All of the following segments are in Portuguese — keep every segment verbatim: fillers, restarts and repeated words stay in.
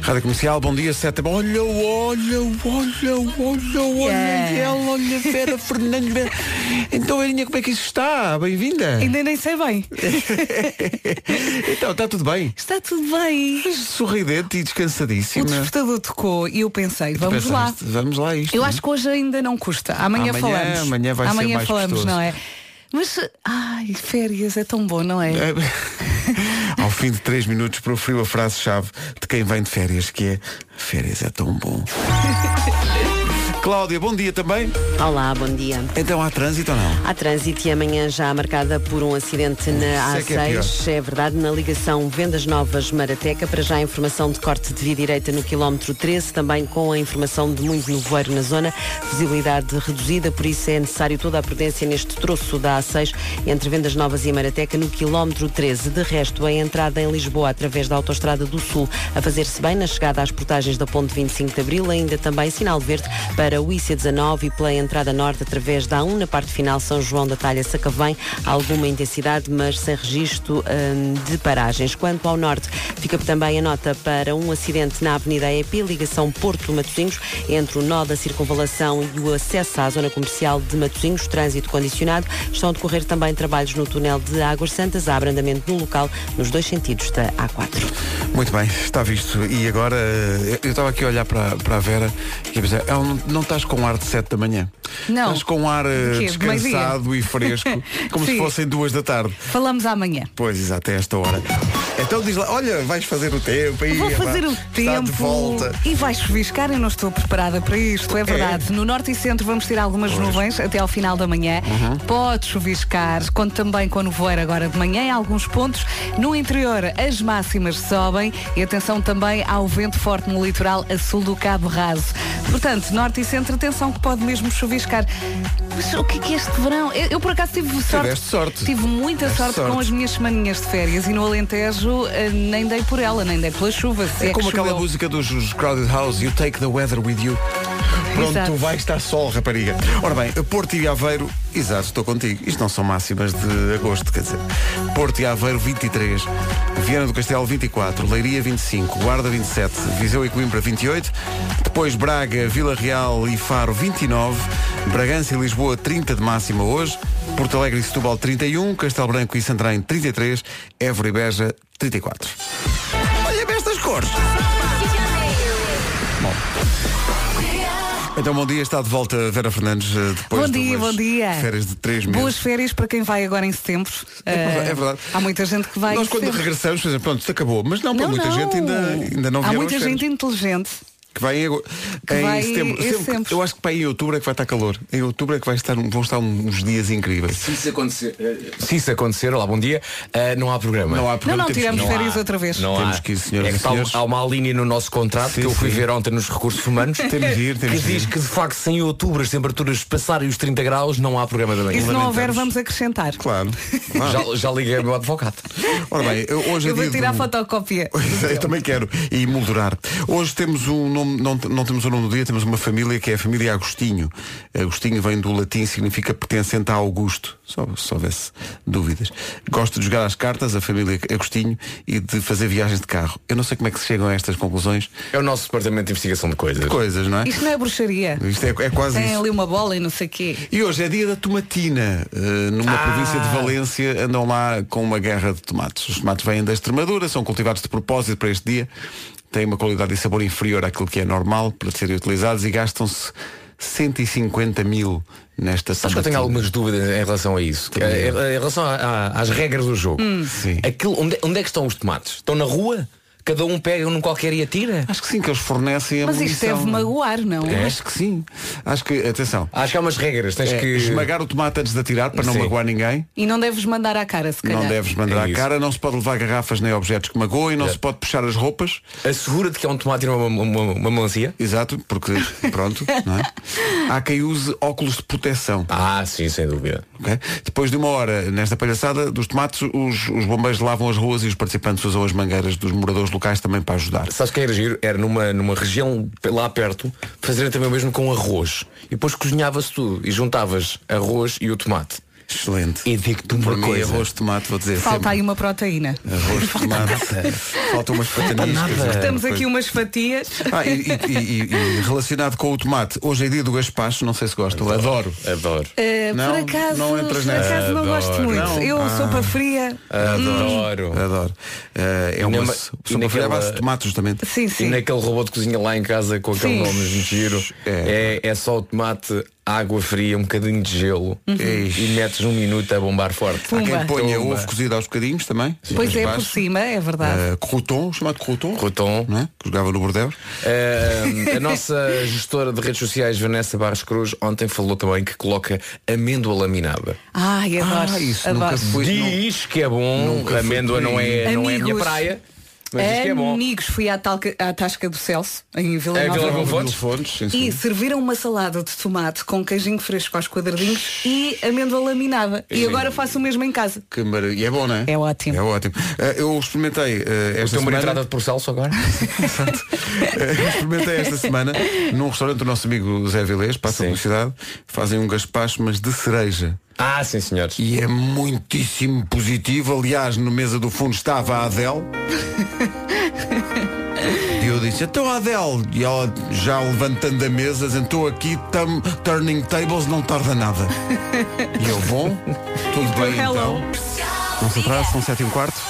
Rádio Comercial, bom dia, sete. Olha, olha, olha, olha, olha Yeah. ela, olha, Vera Fernandes. Então, Verinha, como é que isso está? Bem-vinda. Ainda nem sei bem. Então, está tudo bem? Está tudo bem. Sorridente e O descansadíssima. despertador tocou e eu pensei, vamos lá. Pensaste, vamos lá a isto. Eu não é? acho que hoje ainda não custa. Amanhã, Amanhã- falamos. amanhã vai ser amanhã mais falamos, gostoso. não é? Mas, ai, férias é tão bom, não é? É. Ao fim de três minutos proferiu a frase-chave de quem vem de férias, que é: férias é tão bom. Cláudia, bom dia também. Olá, bom dia. Então há trânsito ou não? Há trânsito e amanhã já marcada por um acidente na Isso é A que é seis, é, verdade, na ligação Vendas Novas Marateca. Para já a informação de corte de via direita no quilómetro treze, também com a informação de muito nevoeiro na zona, visibilidade reduzida, por isso é necessário toda a prudência neste troço da A seis entre Vendas Novas e Marateca no quilómetro treze. De resto, a entrada em Lisboa através da Autostrada do Sul a fazer-se bem na chegada às portagens da Ponte vinte e cinco de Abril, ainda também sinal verde para o I C dezanove e pela entrada norte através da A um na parte final São João da Talha Sacavém, alguma intensidade, mas sem registro hum, de paragens. Quanto ao norte, fica também a nota para um acidente na Avenida E P, ligação Porto Matosinhos, entre o nó da circunvalação e o acesso à zona comercial de Matosinhos, trânsito condicionado. Estão a decorrer também trabalhos no túnel de Águas Santas, há abrandamento no local nos dois sentidos da A quatro. Muito bem, está visto. E agora, eh, eu estava aqui a olhar para, para a Vera e a dizer, ela não, não estás com ar de sete da manhã. Não. Estás com um ar eh, De quê? descansado e fresco, como se Sim. fossem duas da tarde. Falamos amanhã. Pois, exato, é esta hora. Então diz lá, olha, vais fazer o tempo aí. Vou fazer o está tempo de volta. e vai chuviscar. Eu não estou preparada para isto, é verdade. No norte e centro vamos ter algumas nuvens até ao final da manhã. Uhum. Pode chuviscar, conto também com o nevoeiro agora de manhã em alguns pontos. No interior as máximas sobem e atenção também ao vento forte no litoral a sul do Cabo Raso. Portanto, norte e centro, atenção que pode mesmo chuviscar. Mas o que é que é este verão? Eu, eu por acaso tive sorte. Tiveste sorte. Tive muita Tiveste sorte, sorte. com as minhas semaninhas de férias e no Alentejo eh, nem dei por ela, nem dei pela chuva. se É é como que aquela choveu. música dos dos Crowded House, You Take the Weather With You. Pronto, Exato. tu vais estar sol, rapariga. Ora bem, Porto e Aveiro, exato, estou contigo. Isto não são máximas de agosto, quer dizer. Porto e Aveiro, vinte e três. Viana do Castelo, vinte e quatro. Leiria, vinte e cinco. Guarda, vinte e sete. Viseu e Coimbra, vinte e oito. Depois Braga, Vila Real e Faro, vinte e nove. Bragança e Lisboa, trinta de máxima hoje. Porto Alegre e Setúbal, trinta e um. Castelo Branco e Santarém, trinta e três. Évora e Beja, trinta e quatro. Olha-me estas cores. Bom. Então, bom dia, está de volta Vera Fernandes eh, depois Bom de dia, umas bom dia. férias de três meses. Boas férias para quem vai agora em setembro. É verdade, Eh, é verdade. Há muita gente que vai Nós em quando setembro. regressamos, por exemplo, pronto, isto acabou, mas não, para Não, muita não. gente ainda, ainda não Há vieram muita as gente férias. inteligente. Que vai em, ago- Que em vai setembro. em Setembro, setembro. Eu acho que para aí em outubro é que vai estar calor. Em outubro é que vai estar, vão estar uns dias incríveis. Se isso acontecer, eh, se isso acontecer, olá, bom dia, eh, não há programa. Não há Não, problema. não, temos tiramos que ir. férias há. outra vez. Não Temos há. que ir, senhoras é e que há, senhores. há uma linha no nosso contrato Sim, que eu fui sim. ver ontem nos recursos humanos Temos de ir, temos que de diz ir. que de facto se em outubro as temperaturas passarem os trinta graus não há programa da E manhã. se não houver, lamentamos. vamos acrescentar. Claro. claro. Já, já liguei ao meu advogado. Ora bem, eu- hoje é Eu vou dia tirar do- fotocópia. Eu também quero. E moldurar. Hoje temos um nome, não, não temos o nome do dia, temos uma família que é a família Agostinho. Agostinho vem do latim, significa pertencente a Augusto. Só se houvesse dúvidas. Gosta de jogar às cartas, a família Agostinho, e de fazer viagens de carro. Eu não sei como é que se chegam a estas conclusões. É o nosso departamento de investigação de coisas. Coisas, não é? Isto não é bruxaria. Isto é, é quase Tem isso. ali uma bola e não sei o quê. E hoje é dia da tomatina. Uh, numa Ah. província de Valência andam lá com uma guerra de tomates. Os tomates vêm da Extremadura, são cultivados de propósito para este dia. Têm uma qualidade e sabor inferior àquilo que é normal para serem utilizados e gastam-se cento e cinquenta mil nesta Sabes que eu tenho tomatina. algumas dúvidas em relação a isso. Que, eh, em relação a- a- às regras do jogo. Sim. Aquilo, onde, onde é que estão os tomates? Estão na rua? Cada um pega num qualquer e atira? Acho que sim, que eles fornecem a Mas isto munição. deve magoar, não? Eu Acho que sim. Acho que, atenção, Acho que há umas regras. Tens é que esmagar o tomate antes de atirar para não Sim. magoar ninguém. E não deves mandar à cara, se calhar. Não deves mandar É à isso. cara, não se pode levar garrafas nem objetos que magoem, não É. se pode puxar as roupas. assegura-te que é um tomate e não uma, uma, uma melancia. Exato, porque pronto, não é? Há quem use óculos de proteção. Ah, sim, sem dúvida. Ok? Depois de uma hora nesta palhaçada dos tomates, os, os bombeiros lavam as ruas e os participantes usam as mangueiras dos moradores locais também para ajudar. Sabes o que era giro? Era numa, numa região lá perto fazerem também o mesmo com arroz. E depois cozinhava-se tudo e juntavas arroz e o tomate. Excelente. E digo-te Para uma mim, coisa. arroz de tomate, vou dizer. Falta sempre. aí uma proteína. Arroz de tomate. Faltam umas fataniscas. Estamos aqui umas fatias. Ah, e, e- e- e relacionado com o tomate, hoje é dia do gaspacho, não sei se gostam. Adoro. Adoro. Uh, Não, por acaso, não entras por nessa. acaso não Adoro. gosto muito. Não? Eu Ah. sopa fria. Adoro. Adoro. Eh, é E uma na- sopa e naquela- fria à base de tomate, justamente. Sim, E sim. naquele robô de cozinha lá em casa com aquele Sim. nome giro, É. é. É, só o tomate, água fria, um bocadinho de gelo e metes um minuto a bombar forte. Há quem Pumba. ponha Pumba. ovo cozido aos bocadinhos também. Pois é, por Baixo. cima, é verdade. Eh, Crouton, chamado Crouton. Crouton. Não é? Que jogava no Bordeaux. Uh, a nossa gestora de redes sociais, Vanessa Barros Cruz, ontem falou também que coloca amêndoa laminada. Ai, adoro. Ah, isso adoro. nunca fui. Diz que é bom, Nunca fui amêndoa por não aí. é, não é a minha Amigos. praia, mas diz que é bom. Amigos, fui à, talca, à Tasca do Celso, em Vila É Nova. Vila Nova. Fontes. Fontes, sim, sim. E serviram uma salada de tomate com queijinho fresco aos quadradinhos e amêndoa laminada. E agora faço o mesmo em casa. Que maravilha. E é bom, não é? É ótimo. É ótimo. Eh, eu experimentei eh, O esta teu uma semana. entrada de por Celso agora? Eh, eu experimentei esta semana num restaurante do nosso amigo Zé Vilés, passa a Sim. publicidade, fazem um gaspacho, mas de cereja. Ah, sim, senhores. E é muitíssimo positivo. Aliás, na mesa do fundo estava a Adele. E eu disse, então a Adele. E ela, já levantando a mesa, estou aqui, tam, turning tables não tarda nada. E eu, bom, tudo bem Hello. então. Não se atrasa, são sete e um quarto.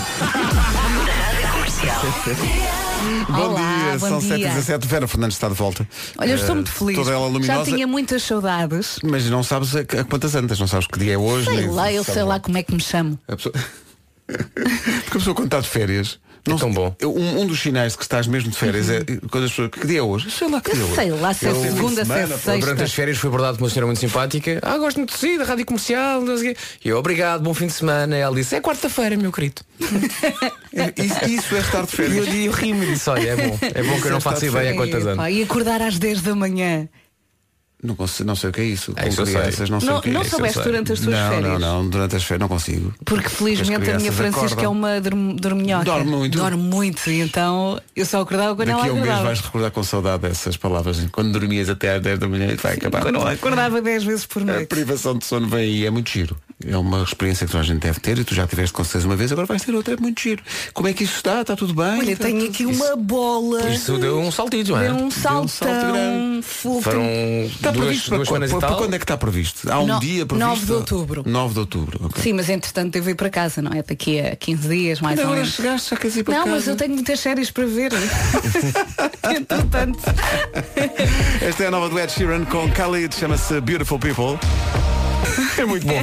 Bom Olá, dia, bom são dia. sete e dezassete. Vera Fernandes está de volta. Olha, eu estou Eh, muito feliz. Toda ela Já luminosa. tinha muitas saudades. Mas não sabes a, a quantas andas, não sabes que dia é hoje. Sei nem lá, eu sabes sei lá como é que me chamo. A pessoa... Porque a pessoa quando está de férias não tão se- bom. Um, um dos sinais de que estás mesmo de férias é quando as pessoas. Que dia é hoje? Sei lá que dia é hoje. Sei lá se é Eu- segunda, se é semana, pô, sexta. Durante as férias fui abordado por uma senhora muito simpática. Ah, gosto muito de si, da rádio comercial. Não sei o quê. E eu, obrigado, bom fim de semana. Ela disse, é quarta-feira, meu querido. Isso, isso é estar de E eu, férias. e eu ri-me e disse, olha, é bom. É bom que eu não faço ideia há quantas Epá, anos. E acordar às dez da manhã. Não, consigo, não sei o que é isso. É, Com isso eu sei. crianças, não sei Não, o que é não isso. soubeste eu sei. durante as tuas Não, férias. não, não, durante as férias não consigo. Porque felizmente As a minha crianças Francisca acordam. é uma dorm- dorminhoca. Dorme muito. Dorme muito. E então eu só acordava quando Daqui ela a um mês acordava. vais recordar com saudade dessas palavras. Quando dormias até às dez da manhã e vai acabar. Quando ela acordava dez vezes por A noite. privação de sono vem aí, é muito giro. É uma experiência que toda a gente deve ter e tu já tiveste com certeza uma vez, agora vais ter outra, é muito giro. Como é que isso está? Está tudo bem? Olha, Está tenho tudo- aqui uma bola. Isso deu um saltito, não é? Deu um salto saltão. grande. Fogo. Foram Está duas, previsto para, duas quando, semanas para, e para tal. quando é que está previsto? Há um No- dia previsto? nove de outubro. nove de outubro, ok. Sim, mas entretanto eu vim para casa, não é? Daqui a quinze dias, mais Ainda ou agora menos. chegaste, já queres ir para Não, casa? mas eu tenho muitas séries para ver. Entretanto. Esta é a nova do Ed Sheeran com Khalid, chama-se Beautiful People. É muito bom.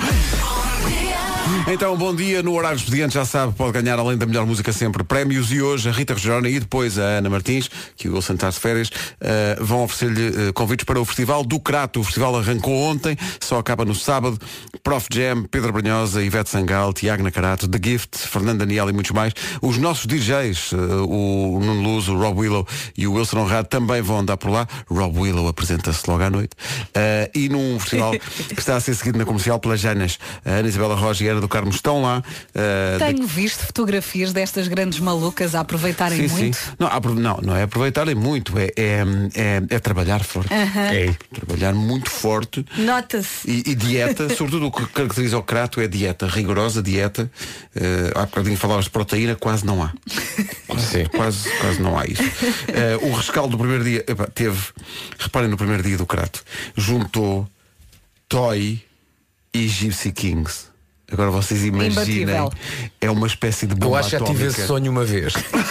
Então, bom dia. No horário expediente, já sabe, pode ganhar, além da melhor música sempre, prémios. E hoje a Rita Rogerona e depois a Ana Martins, que o Wilson está de férias, uh, vão oferecer-lhe uh, convites para o Festival do Crato. O festival arrancou ontem, só acaba no sábado. Prof Jam, Pedro Brunhosa, Ivete Sangal, Tiago Nacarato, The Gift, Fernando Daniel e muitos mais. Os nossos D Js, uh, o Nuno Luz, o Rob Willow e o Wilson Honrado também vão andar por lá. Rob Willow apresenta-se logo à noite. Uh, e num festival que está a ser seguido na comercial pelas Janas. A Ana Isabela Roja e a Ana do Carmo estão lá. Uh, Tenho visto fotografias destas grandes malucas a aproveitarem Sim, muito. sim. Não, apro- não, não é aproveitarem muito, é, é, é, é trabalhar forte. É trabalhar muito forte. Nota-se. E, e dieta, sobretudo o que caracteriza o Crato é dieta, rigorosa dieta. Uh, há bocadinho falavas de proteína, quase não há. Sim. Quase, quase não há isso. Uh, o rescaldo do primeiro dia, epá, teve, reparem no primeiro dia do Crato, juntou Toy e Gypsy Kings. Agora vocês imaginem, Imbatível. é uma espécie de bomba Eu acho que já tive atómica. esse sonho uma vez.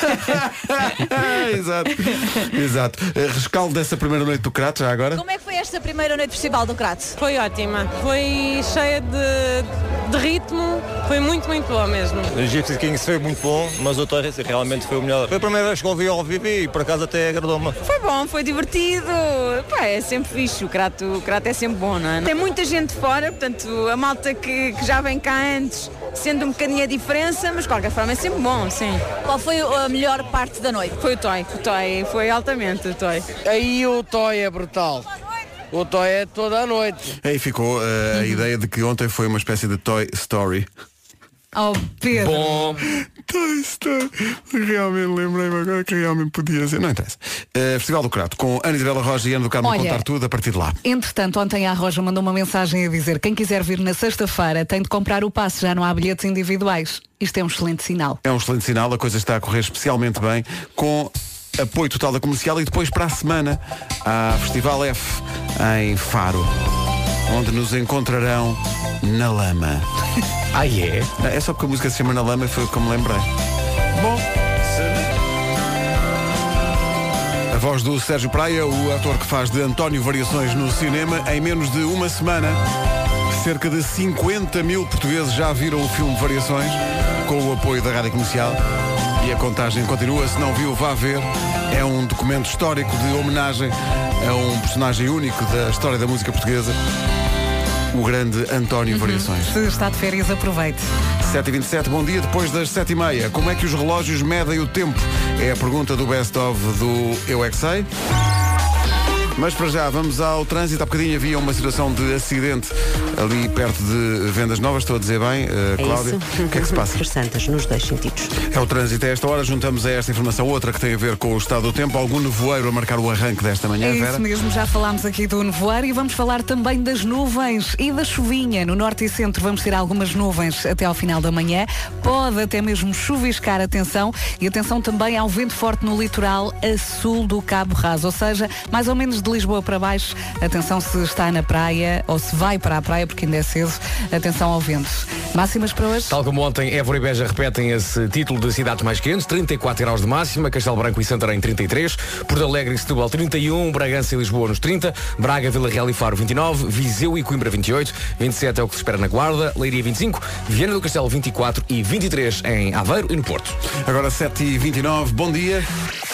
Exato, exato. Uh, rescaldo dessa primeira noite do Crato, já agora. Como é que foi esta primeira noite do Festival do Crato? Foi ótima, foi cheia de, de ritmo, foi muito, muito boa mesmo. O Gypsy Kings foi muito bom, mas o Torres realmente foi o melhor. Foi a primeira vez que ouvi ao vivo e por acaso até agradou-me. Foi bom, foi divertido. Pá, é sempre fixe, o Crato, o Crato é sempre bom, não é? Tem muita gente fora, portanto, a malta que, que já vem cá antes, sendo um bocadinho a diferença, mas de qualquer forma é sempre bom, sim. Qual foi a melhor parte da noite? Foi o Toy, o Toy foi altamente o Toy. Aí o Toy é brutal. O Toy é toda a noite. Aí ficou uh, a ideia de que ontem foi uma espécie de Toy Story. Oh, Pedro. Bom. Realmente lembrei-me agora que realmente podia ser. Não interessa. Uh, Festival do Crato com Ana Isabela Roja e Ana do Carmo a contar tudo a partir de lá. Entretanto, ontem a Roja mandou uma mensagem a dizer: quem quiser vir na sexta-feira tem de comprar o passe, já não há bilhetes individuais. Isto é um excelente sinal. É um excelente sinal, a coisa está a correr especialmente bem, com apoio total da Comercial, e depois para a semana há Festival F em Faro, onde nos encontrarão na lama. Ah, é? É só porque a música se chama Na Lama, foi o que eu me lembrei. Bom. A voz do Sérgio Praia, o ator que faz de António Variações no cinema, em menos de uma semana, cerca de cinquenta mil portugueses já viram o filme Variações, com o apoio da Rádio Comercial. E a contagem continua, se não viu, vá ver. É um documento histórico de homenagem a um personagem único da história da música portuguesa, o grande António uhum. Variações. Se está de férias, aproveite. sete e vinte e sete, bom dia. Depois das sete e meia, como é que os relógios medem o tempo? É a pergunta do Best of do Eu É Que Sei. Mas para já, vamos ao trânsito. Há bocadinho havia uma situação de acidente ali perto de Vendas Novas. Estou a dizer bem, uh, Cláudia? É o que é que se passa? Por Santas, nos dois sentidos. É o trânsito a esta hora. Juntamos a esta informação outra que tem a ver com o estado do tempo. Algum nevoeiro a marcar o arranque desta manhã, É Vera? isso mesmo, já falámos aqui do nevoeiro e vamos falar também das nuvens e da chuvinha. No norte e centro vamos ter algumas nuvens até ao final da manhã. Pode até mesmo chuviscar, atenção. E atenção também ao vento forte no litoral a sul do Cabo Raso. Ou seja, mais ou menos de Lisboa para baixo. Atenção se está na praia ou se vai para a praia, porque ainda é cedo. Atenção ao vento. Máximas para hoje? Tal como ontem, Évora e Beja repetem esse título de cidades mais quentes. trinta e quatro graus de máxima, Castelo Branco e Santarém trinta e três, Porto Alegre e Setúbal trinta e um, Bragança e Lisboa nos trinta, Braga, Vila Real e Faro vinte e nove, Viseu e Coimbra vinte e oito, vinte e sete é o que se espera na Guarda, Leiria vinte e cinco, Viana do Castelo vinte e quatro e vinte e três em Aveiro e no Porto. Agora sete e vinte e nove, bom dia.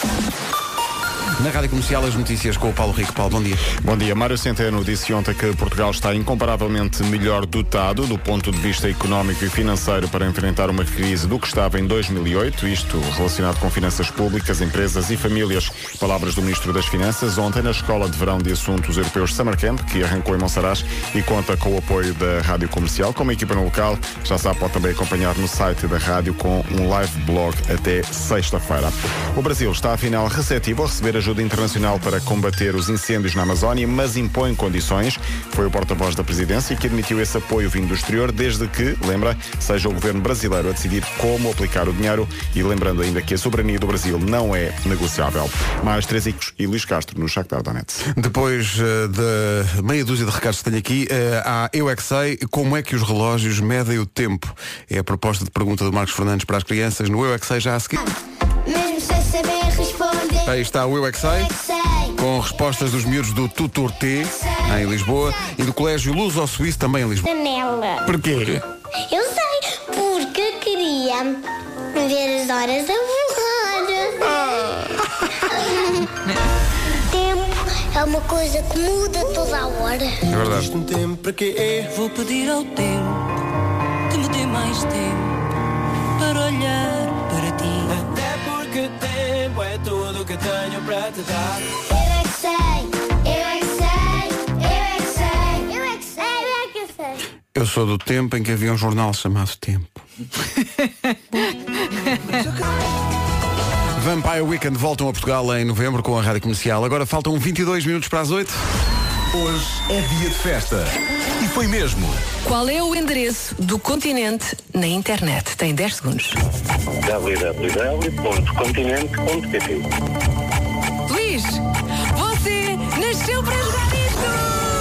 Na Rádio Comercial, as notícias com o Paulo Rico. Paulo, bom dia. Bom dia. Mário Centeno disse ontem que Portugal está incomparavelmente melhor dotado do ponto de vista económico e financeiro para enfrentar uma crise do que estava em dois mil e oito, isto relacionado com finanças públicas, empresas e famílias. Palavras do Ministro das Finanças ontem na Escola de Verão de Assuntos Europeus Summer Camp, que arrancou em Monsaraz e conta com o apoio da Rádio Comercial. Como equipa no local, já sabe, pode também acompanhar no site da rádio com um live blog até sexta-feira. O Brasil está, afinal, receptivo a receber ajuda internacional para combater os incêndios na Amazónia, mas impõe condições. Foi o porta-voz da presidência que admitiu esse apoio vindo do exterior, desde que, lembra, seja o governo brasileiro a decidir como aplicar o dinheiro, e lembrando ainda que a soberania do Brasil não é negociável. Mais três Icos e Luís Castro no Shakhtar Donetsk. Depois uh, da meia dúzia de recados que tenho aqui, uh, há Eu É Que Sei, como é que os relógios medem o tempo? É a proposta de pergunta do Marcos Fernandes para as crianças no Eu É Que Sei, já a seguir. Mesmo sem saber responder. Aí está o Eu É Que Sei, com respostas dos miúdos do Tutor T, em Lisboa, e do Colégio Luso-Suíço, também em Lisboa. Janela. Porquê? Eu sei, porque queria ver as horas a voar. Ah. Tempo é uma coisa que muda toda a hora. É verdade. Um tempo para quê? Vou pedir ao tempo que me dê mais tempo para olhar para ti. Até porque tempo é tudo que tenho para te dar. Eu é que sei, eu é que sei, eu é que sei, eu é que sei, eu é que sei. Eu sou do tempo em que havia um jornal chamado Tempo. Vampire Weekend voltam a Portugal em novembro com a Rádio Comercial. Agora faltam vinte e dois minutos para as oito. Hoje é dia de festa. E foi mesmo. Qual é o endereço do Continente na internet? Tem dez segundos. w w w ponto continente ponto p t. Luís, você nasceu para jogar isto!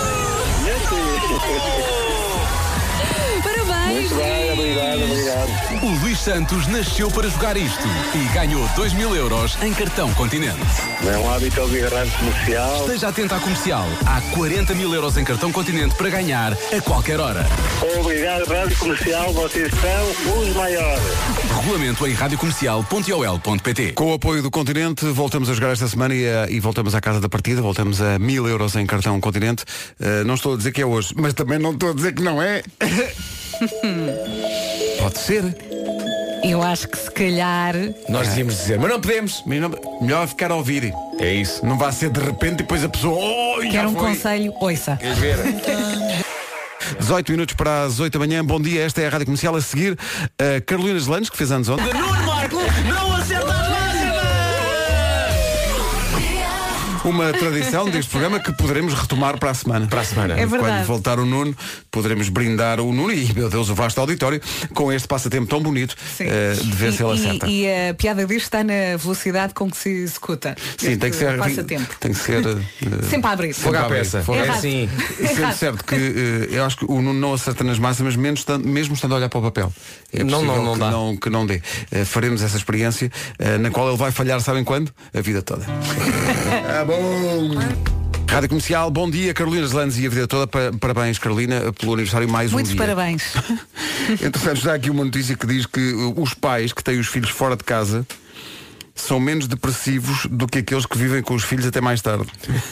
Parabéns! Muito bem, obrigado, obrigado. O Luís Santos nasceu para jogar isto e ganhou dois mil euros em cartão Continente. Não é um hábito ouvir a rádio comercial. Esteja atento à comercial. Há quarenta mil euros em cartão Continente para ganhar a qualquer hora. Obrigado, Rádio Comercial. Vocês são os maiores. Regulamento em rádio comercial ponto i o l ponto p t. Com o apoio do Continente, voltamos a jogar esta semana e, a, e voltamos à casa da partida. Voltamos a mil euros em cartão Continente. Uh, não estou a dizer que é hoje, mas também não estou a dizer que não é. Pode ser. Eu acho que se calhar... Nós devíamos dizer, mas não podemos. Melhor ficar a ouvir. É isso. Não vai ser de repente e depois a pessoa... Oh, Quer um foi. Conselho? Ouça. Queres ver? dezoito minutos para as oito da manhã. Bom dia, esta é a Rádio Comercial. A seguir, a Carolina Gelandes, que fez anos ontem. Nuno Marco não acerta as máximas! Uma tradição deste programa que poderemos retomar para a semana. Para a semana. É verdade. Quando voltar o Nuno, poderemos brindar o Nuno e, meu Deus, o vasto auditório com este passatempo tão bonito uh, de ver e, se ele e- acerta. E a piada disto está na velocidade com que se executa. Sim, este tem que ser. passatempo. Tem que ser. uh, Sempre a abrir. sempre a abrir. peça. Fogo à É Errado. assim. Sendo Errado. certo que uh, eu acho que o Nuno não acerta nas máximas, menos estando- mesmo estando a olhar para o papel. É Não, possível não, não que, dá. não, que não dê. Uh, faremos essa experiência uh, na qual ele vai falhar, sabem quando? A vida toda. Ah, bom. Rádio Comercial, bom dia, Carolina Gelandes e a vida toda. Pa- Parabéns, Carolina, pelo aniversário mais Muitos um dia. parabéns. Entretanto, já há aqui uma notícia que diz que uh, os pais que têm os filhos fora de casa são menos depressivos do que aqueles que vivem com os filhos até mais tarde.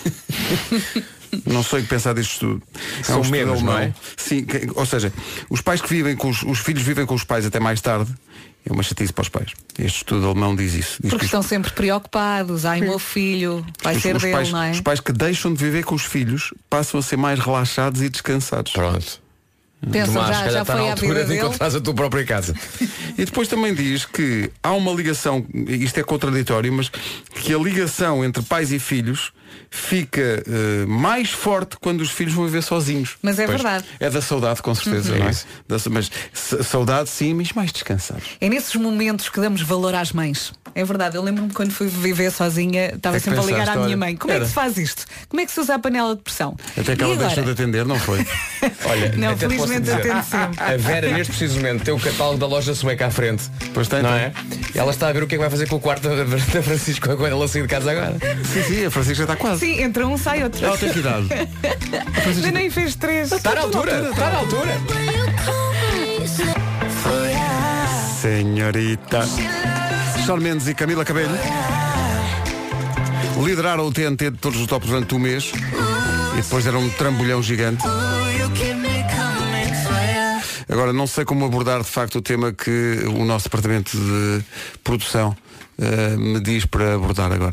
Não sei o que pensar deste estudo. É São um estudo menos, alemão. não é? Sim, que- ou seja, os pais que vivem com os, os filhos vivem com os pais até mais tarde. É uma chatice para os pais. Este estudo alemão diz isso. Diz Porque que os- estão sempre preocupados. Ai, meu filho, vai os, ser os dele, pais, não é? os pais que deixam de viver com os filhos passam a ser mais relaxados e descansados. Pronto. Pensam, Tomás, já, calhar já está foi na à altura vida de dele. encontrares a tua própria casa. E depois também diz que há uma ligação, isto é contraditório, mas que a ligação entre pais e filhos fica eh, mais forte quando os filhos vão viver sozinhos. Mas é Pois, verdade. É da saudade, com certeza, Uhum. não É é? isso. Da- mas sa- saudade sim, mas mais descansados. É nesses momentos que damos valor às mães. É verdade, eu lembro-me quando fui viver sozinha, estava É que sempre a ligar pensaste, à minha olha, mãe. Como é era. que se faz isto? Como é que se usa a panela de pressão? Até que E ela agora? deixou de atender, não foi? Olha, Não, até te posso felizmente dizer, atendo sempre. a Vera neste preciso momento tem o catálogo da loja Sueca à frente. Pois tem, não tem. é? E ela está a ver o que é que vai fazer com o quarto da da Francisco quando ela sair de casa agora. Sim, sim, a Francisca está quase. Sim, entra um, sai outro. Ela tem que idade. Ainda nem fez três. Está na altura, está na altura. Senhorita. Shawn Mendes e Camila Cabello lideraram o T N T de todos os tops durante um mês e depois era um trambolhão gigante. Agora não sei como abordar de facto o tema que o nosso departamento de produção eh, me diz para abordar agora.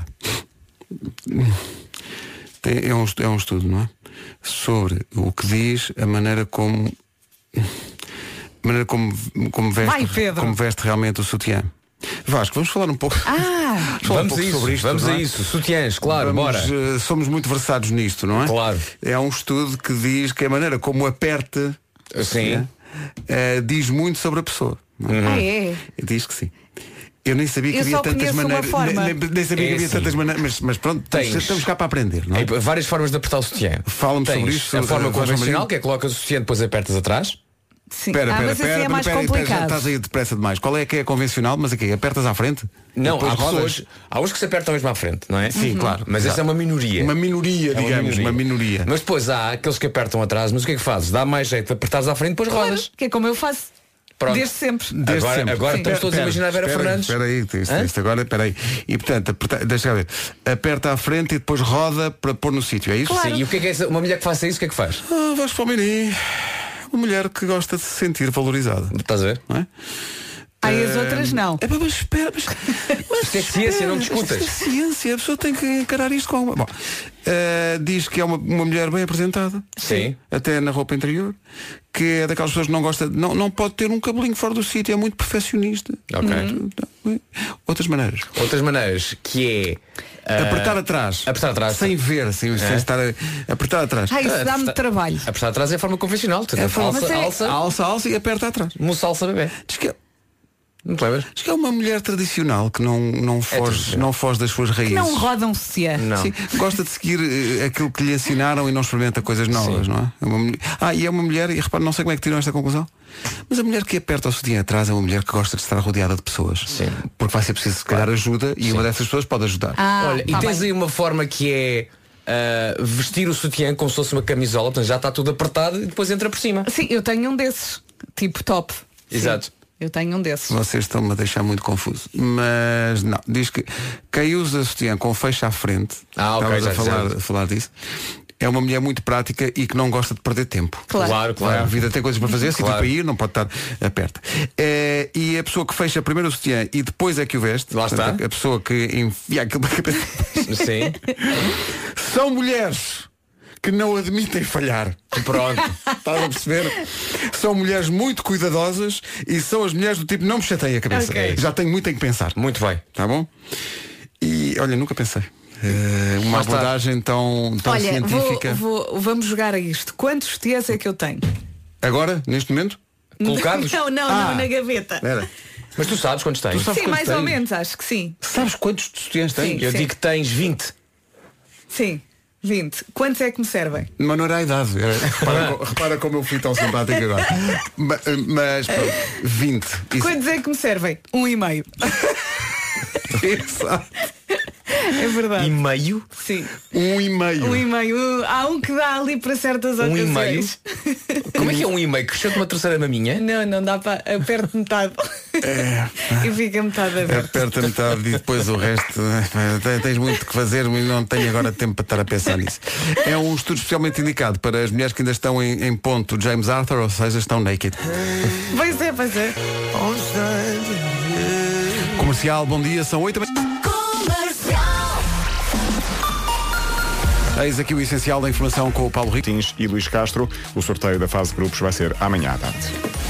Tem- é, um, estu- é um estudo, não é? Sobre o que diz a maneira como a maneira como, como, veste, Vai, Pedro. como veste realmente o sutiã. Vasco, vamos falar um pouco. Ah, Falar um Vamos a pouco isso, sobre isto, vamos não a é? isso. Sutiãs, claro, Vamos, bora. eh, somos muito versados nisto, não é? Claro. É um estudo que diz que a maneira como aperta o Sim. sutiã, eh, diz muito sobre a pessoa. não é? ah, é? Diz que sim. Eu nem sabia que Eu havia só tantas conheço uma maneiras. forma. Nem, nem- nem sabia É que havia assim. tantas maneiras. Mas, mas pronto, Tens. estamos cá para aprender, não é? Há várias formas de apertar o sutiã. Fala-me sobre Tens isto. a forma eh, Vasco convencional, Marinho. que é colocas o sutiã depois apertas atrás. Sim. Espera, ah, espera, mas espera, assim é mais espera, espera, já complicado. estás aí depressa demais. Qual é que é a convencional? Mas aqui, apertas à frente? Não, E depois há rodas? pessoas, há uns que se apertam mesmo à frente, não é? Sim, claro. Mas essa é uma minoria. Uma minoria, É uma digamos, uma minoria. Mas depois há aqueles que apertam atrás, mas o que é que fazes? Dá mais jeito de apertares à frente, depois rodas. Que é como eu faço. Pronto. Desde sempre. Desde Agora- sempre. agora Sim. estamos todos a Espera, imaginar a Vera espera aí, Fernandes. Espera aí, isto, Hã? isto agora, espera aí. E portanto, aperta, deixa eu ver. Aperta à frente e depois roda para pôr no sítio, é isso? Sim, e o que é que é essa- uma mulher que faça isso, o que é que faz? Ah, Vasco Palmeirim, uma mulher que gosta de se sentir valorizada. Estás a ver? Não é? Ai, as Eh, outras não. É, mas espera, mas, mas Isto é ciência, não discutas. Isto é ciência, a pessoa tem que encarar isto com alguma. Bom, eh, diz que é uma, uma mulher bem apresentada. Sim. Até na roupa interior. Que é daquelas pessoas que não gosta, não, não pode ter um cabelinho fora do sítio, é muito perfeccionista. Ok. Uhum. Outras maneiras. Outras maneiras, que é... ah, Apertar atrás. Apertar atrás. Sem ver, sem, sem É. estar a apertar atrás. Ah, isso Ah, dá-me apertar- trabalho. Apertar atrás é a forma convencional. Portanto, É a forma- alça, Mas é- alça, Alça, alça e aperta atrás. mussa, alça, bebê. Diz que, é- Não te lembras? diz que é uma mulher tradicional que não, não, foge, tradicional. não foge das suas raízes. Não rodam se Não. Sim, gosta de seguir eh, aquilo que lhe ensinaram e não experimenta coisas novas, Sim. não é? É uma mulher- Ah, e é uma mulher, e repare, não sei como é que tiram esta conclusão, mas a mulher que aperta o sutiã atrás é uma mulher que gosta de estar rodeada de pessoas. Sim. Porque vai ser preciso, se calhar, ajuda e Sim. uma dessas pessoas pode ajudar. Ah, Olha, tá e tens bem. aí uma forma que é ah, vestir o sutiã como se fosse uma camisola, portanto já está tudo apertado e depois entra por cima. Sim, eu tenho um desses. Tipo top. Sim, Exato. eu tenho um desses. Vocês estão-me a deixar muito confuso. Mas não, diz que quem usa sutiã com fecho à frente, Ah, ok, estavas já a falar, sei. a falar disso, é uma mulher muito prática e que não gosta de perder tempo. Claro. Claro, Vai à claro. vida, tem coisas para fazer, sítio Claro. para ir, não pode estar aperta. É, e a pessoa que fecha primeiro o sutiã e depois é que o veste, Lá está. portanto, a pessoa que enfia aquilo na cabeça, Sim. são mulheres que não admitem falhar. Pronto. Estás a perceber? São mulheres muito cuidadosas e são as mulheres do tipo não me chateia a cabeça. Okay. Já tenho muito em que pensar. Muito bem. Tá bom? E olha, nunca pensei. Uh, uma Mas abordagem tão, tão Olha, científica. vou, vou, vamos jogar a isto. Quantos T's é que eu tenho? Agora, neste momento? Colocados? Não, não, Ah. não, na gaveta. Era. Mas tu sabes quantos tens? Tu sabes Sim, quantos mais ou tens? menos, acho que sim. Sabes quantos sutiãs tens? Eu sim. digo que tens vinte. Sim, vinte. Quantos é que me servem? Mas não era a idade. Era- repara, co- repara como eu fui tão simpático agora. Ma- Mas, pronto, vinte. Isso- Quantos é que me servem? Um e meio. Exato. É verdade. E meio? Sim. Um e meio. Um e meio. Há um que dá ali para certas Um e ocasiões. Como é que é um e meio? Cresceu-te uma terceira maminha? Não, não dá para. Aperto metade. É, E fica metade aberta. aperta metade e depois o resto. eh, Tens muito que fazer, mas não tenho agora tempo para estar a pensar nisso. É um estudo especialmente indicado para as mulheres que ainda estão em, em ponto James Arthur, ou seja, estão naked. Pois é, pois é. Comercial, bom dia, são oito. Eis aqui o essencial da informação com o Paulo Ricos e Luís Castro. O sorteio da fase de grupos vai ser amanhã à tarde.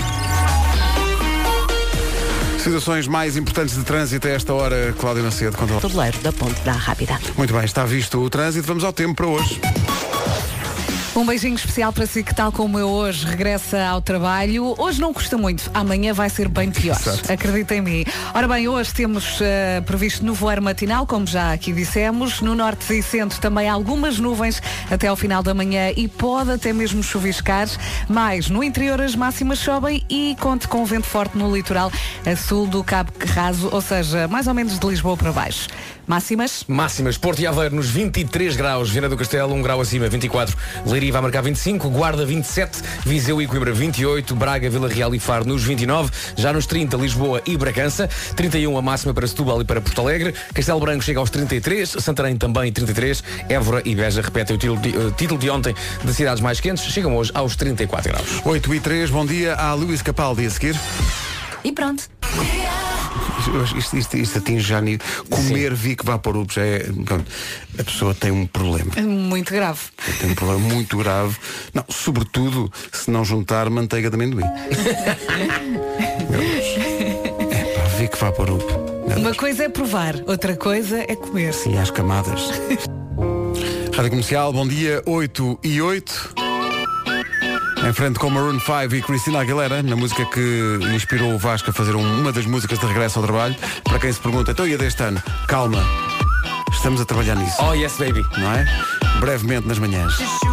Situações mais importantes de trânsito a esta hora, Cláudia Macedo. Conta lá. Tabuleiro da Ponte da Rápida. Muito bem, está visto o trânsito. Vamos ao tempo para hoje. Um beijinho especial para si que, tal como eu hoje, regressa ao trabalho. Hoje não custa muito, amanhã vai ser bem pior. Exato. Acredita em mim. Ora bem, hoje temos uh, previsto nevoeiro matinal, como já aqui dissemos. No norte e centro também algumas nuvens até ao final da manhã e pode até mesmo chuviscar. Mas no interior as máximas sobem e conte com vento forte no litoral a sul do Cabo Raso, ou seja, mais ou menos de Lisboa para baixo. Máximas? Máximas, Porto e Aveiro nos vinte e três graus, Viana do Castelo um grau acima, vinte e quatro, Leiria vai marcar vinte e cinco, Guarda vinte e sete, Viseu e Coimbra vinte e oito, Braga, Vila Real e Faro nos vinte e nove, já nos trinta Lisboa e Bragança, trinta e um a máxima para Setúbal e para Porto Alegre, Castelo Branco chega aos trinta e três, Santarém também trinta e três, Évora e Beja repetem o título de, uh, título de ontem das cidades mais quentes, chegam hoje aos trinta e quatro graus. oito e três, bom dia. Há Luís Capaldi a seguir. E pronto. Isto, isto, isto atinge já nível. Comer Vic Vaporub já é. Pronto, a pessoa tem um problema. É muito grave. Tem um problema muito grave. Não, sobretudo se não juntar manteiga de amendoim. Meu Deus. É pá, Vic Vaporub. Uma coisa é provar, outra coisa é comer. Sim, às camadas. Rádio Comercial, bom dia, oito e oito. Em frente com Maroon cinco e Cristina Aguilera, na música que inspirou o Vasco a fazer um, uma das músicas de regresso ao trabalho. Para quem se pergunta, então e a deste ano? Calma, estamos a trabalhar nisso. Oh yes baby. Não é? Brevemente nas manhãs.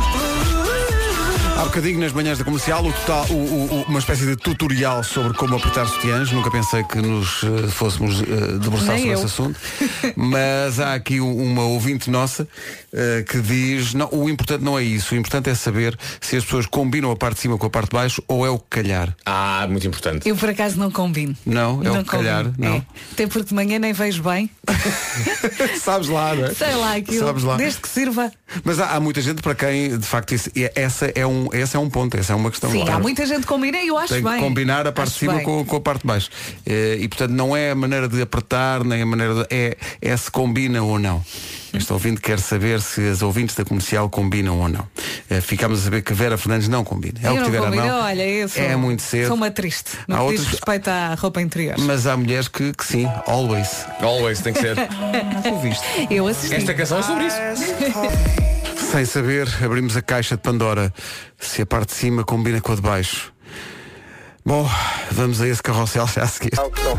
Há bocadinho nas manhãs da Comercial o total, o, o, uma espécie de tutorial sobre como apertar sutiãs. Nunca pensei que nos uh, fôssemos uh, debruçar Nem sobre eu. esse assunto. Mas há aqui um- uma ouvinte nossa uh, que diz, não, o importante não é isso, o importante é saber se as pessoas combinam a parte de cima com a parte de baixo ou é o calhar. Ah, muito importante. Eu por acaso não combino. Não, é o calhar, combino. não. É. Até porque de manhã nem vejo bem. Sabes lá, não é? Sei lá aquilo. Sabes lá. Desde que sirva. Mas há, há muita gente para quem, de facto, isso, é- essa, é um, essa é um ponto, essa é uma questão. Sim, Ora, há muita gente que combina e eu acho tem bem. que combinar a parte Acho de cima bem. com, com a parte de baixo. Eh, E portanto não é a maneira de apertar, nem a maneira de. É, é se combina ou não. Este ouvinte quer saber se as ouvintes da Comercial combinam ou não. Eh, Ficámos a saber que Vera Fernandes não combina. É Eu o que não tiver à combino. mão. Olha, eu sou, É muito cedo. sou uma triste. Há No que outros- diz respeito à roupa interior. Mas há mulheres que, que sim, always. Always tem que ser. Tu viste? Eu assisti. Esta canção é sobre isso. Sem saber, abrimos a caixa de Pandora. Se a parte de cima combina com a de baixo. Bom, vamos a esse carrossel já a seguir.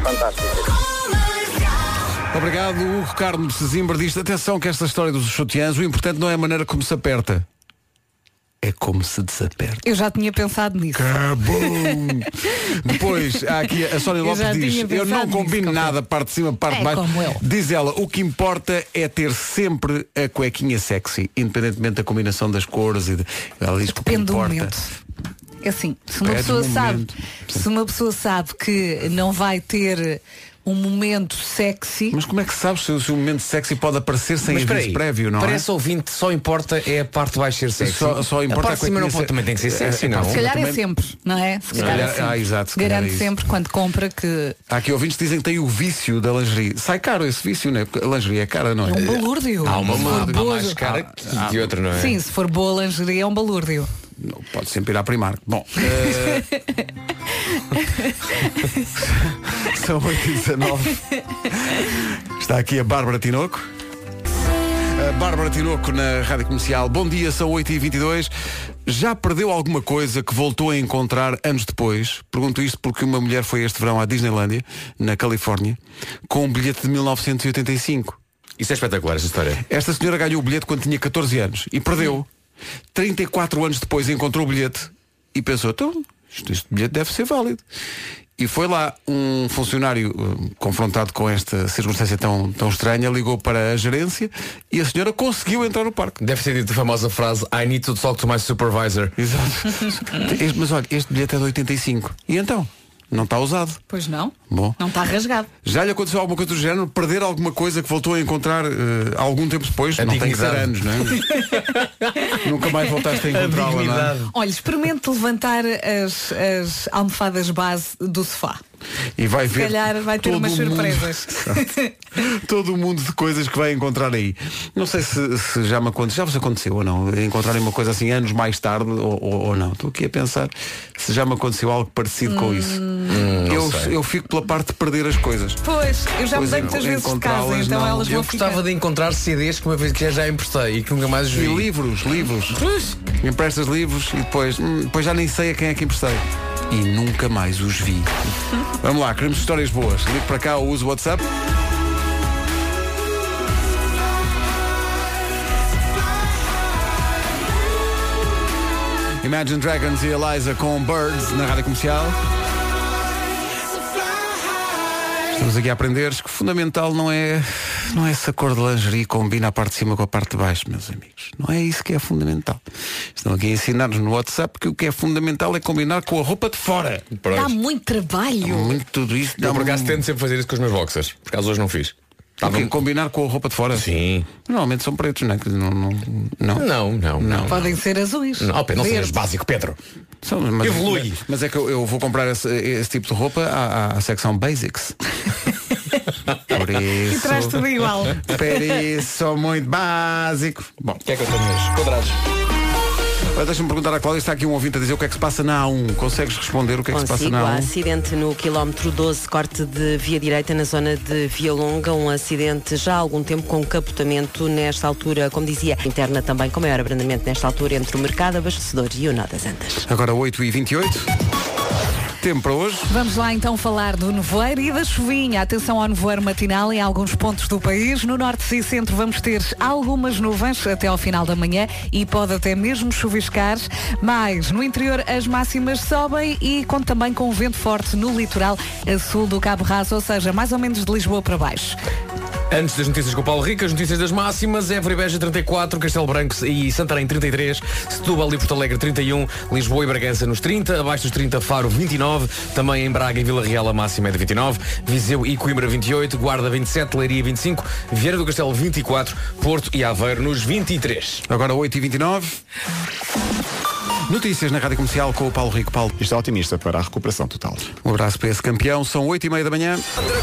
Obrigado, o Hugo Carmo Sesimbra diz, atenção que esta história dos sutiãs, o importante não é a maneira como se aperta, é como se desaperta. Eu já tinha pensado nisso. Cabum! Depois, há aqui a Sónia Eu Lopes já diz, tinha eu não pensado combino nisso, nada, parte de cima, parte de É baixo. como eu. Diz ela, o que importa é ter sempre a cuequinha sexy, independentemente da combinação das cores e de... Ela diz que o que Depende do importa. momento. É assim, se uma Depende pessoa do sabe, momento. se uma pessoa sabe que não vai ter um momento sexy. Mas como é que sabes se, se o momento sexy pode aparecer sem Mas aviso peraí, prévio, não para é? esse ouvinte só importa é a parte de baixo ser sexy. Só, só importa a parte de cima não pode, também tem que ser sexy, não? Se calhar é também- sempre, não é? Se calhar calhar- é sempre. ah, exato, se calhar Garante é isso. sempre quando compra que Há aqui ouvintes que dizem que tem o vício da lingerie. Sai caro esse vício, não é? Porque a lingerie é cara, não é? é um balúrdio. Há uma Se for há boa- mais cara que de outra, não é? Sim, se for boa lingerie é um balúrdio. Não, pode sempre ir à Primark. Bom, eh, são oito e dezanove. Está aqui a Bárbara Tinoco. A Bárbara Tinoco na Rádio Comercial. Bom dia, são oito e vinte e dois. Já perdeu alguma coisa que voltou a encontrar anos depois? Pergunto isto porque uma mulher foi este verão à Disneylândia, na Califórnia, com um bilhete de mil novecentos e oitenta e cinco. Isso é espetacular, essa história. Esta senhora ganhou o bilhete quando tinha catorze anos e perdeu. trinta e quatro anos depois encontrou o bilhete e pensou, então, este, este bilhete deve ser válido. E foi lá um funcionário uh, confrontado com esta circunstância tão, tão estranha, ligou para a gerência e a senhora conseguiu entrar no parque. Deve ter dito a famosa frase I need to talk to my supervisor. Exato. Este- mas olha, este bilhete é de oitenta e cinco. E então? Não está usado. Pois não. Bom. Não está rasgado. Já lhe aconteceu alguma coisa do género? Perder alguma coisa que voltou a encontrar uh, algum tempo depois? A não tem que ser dignidade. anos, não é? Nunca mais voltaste a encontrá-la, não é? Olha, experimente levantar as, as almofadas base do sofá. E vai Se ver calhar vai ter todo umas o mundo- surpresas. todo o mundo de coisas que vai encontrar aí. Não sei se, se já me aconteceu, já vos aconteceu ou não, encontrarem uma coisa assim anos mais tarde ou, ou, ou não. Estou aqui a pensar se já me aconteceu algo parecido com isso. Hum, não eu, sei. eu fico pela parte de perder as coisas. Pois, eu já Pois mudei é, muitas vezes de casa, encontrá-las, então não. elas vão Eu gostava ficar. de encontrar C Ds que uma vez que já emprestei e que nunca mais os E vi. livros, livros. Emprestas livros e depois, hum, depois já nem sei a quem é que emprestei. E nunca mais os vi. Vamos lá, queremos histórias boas. Ligue para cá ou use o WhatsApp. Imagine Dragons e Eliza com Birds na Rádio Comercial. Estamos aqui a aprender que o fundamental não é, não é essa cor de lingerie combina a parte de cima com a parte de baixo, meus amigos. Não é isso que é fundamental. Estão aqui a ensinar-nos no WhatsApp que o que é fundamental é combinar com a roupa de fora. Dá muito trabalho. Muito tudo isso. Eu dá por acaso um- tento sempre fazer isso com os meus boxers. Por acaso hoje não fiz. O quê? Combinar com a roupa de fora? Sim. Normalmente são pretos, não é? Que Não, não, não. Não, não, não. Podem ser azuis. Não, oh, Pedro, não sejas verdes. básico, Pedro. São, mas, Evolui. Mas, mas é que eu, eu vou comprar esse, esse tipo de roupa à, à secção Basics. Por E isso. traz tudo igual. Por isso, muito básico. Bom, O que é que eu tenho hoje? Quadrados. agora deixa-me perguntar à Cláudia, está aqui um ouvinte a dizer o que é que se passa na A um. Consegues responder o que é que se passa Consigo, na há A um? acidente no quilómetro doze, corte de via direita na zona de Via Longa, um acidente já há algum tempo com capotamento nesta altura, como dizia, interna também com maior abrandamento nesta altura entre o mercado abastecedor e o Nó das Antas. Agora oito e vinte e oito. Tempo para hoje. Vamos lá então falar do nevoeiro e da chuvinha. Atenção ao nevoeiro matinal em alguns pontos do país. No norte e centro vamos ter algumas nuvens até ao final da manhã e pode até mesmo chuviscar. Mas no interior as máximas sobem e conta também com vento forte no litoral a sul do Cabo Raso, ou seja, mais ou menos de Lisboa para baixo. Antes das notícias com o Paulo Rico, as notícias das máximas, Évora e Beja trinta e quatro, Castelo Branco e Santarém trinta e três, Setúbal e Porto Alegre trinta e um, Lisboa e Bragança nos trinta, abaixo dos trinta Faro vinte e nove, também em Braga e Vila Real a máxima é de vinte e nove, Viseu e Coimbra vinte e oito, Guarda vinte e sete, Leiria vinte e cinco, Vieira do Castelo vinte e quatro, Porto e Aveiro nos vinte e três. Agora oito e vinte e nove. Notícias na Rádio Comercial com o Paulo Rico. Paulo. E está otimista para a recuperação total. Um abraço para esse campeão. São oito e meia da manhã.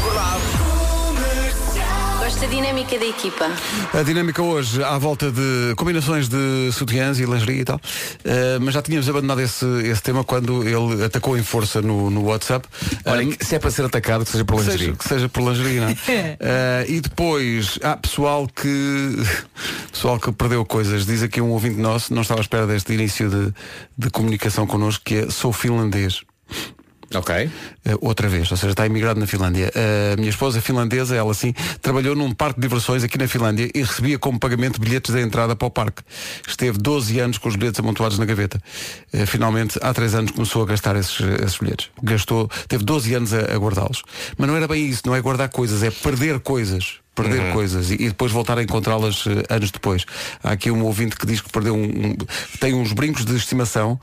Gosto da dinâmica da equipa. A dinâmica hoje à volta de combinações de sutiãs e lingerie e tal. Uh, mas já tínhamos abandonado esse, esse tema quando ele atacou em força no, no WhatsApp. Olha, Um, que se é para ser atacado, que seja por que lingerie. seja, que seja por lingerie, não é? Uh, e depois há pessoal que pessoal que perdeu coisas. Diz aqui um ouvinte nosso, não estava à espera deste início de, de comunicação connosco, que é: sou finlandês. Ok. Uh, outra vez, ou seja, está imigrado na Finlândia. A uh, minha esposa é finlandesa, ela sim, trabalhou num parque de diversões aqui na Finlândia e recebia como pagamento bilhetes da entrada para o parque. Esteve doze anos com os bilhetes amontoados na gaveta. Uh, finalmente, há três anos começou a gastar esses, esses bilhetes. Gastou, teve doze anos a, a guardá-los. Mas não era bem isso, não é guardar coisas, é perder coisas. Perder Uhum. coisas e, e depois voltar a encontrá-las uh, anos depois. Há aqui um ouvinte que diz que perdeu um, um, tem uns brincos de estimação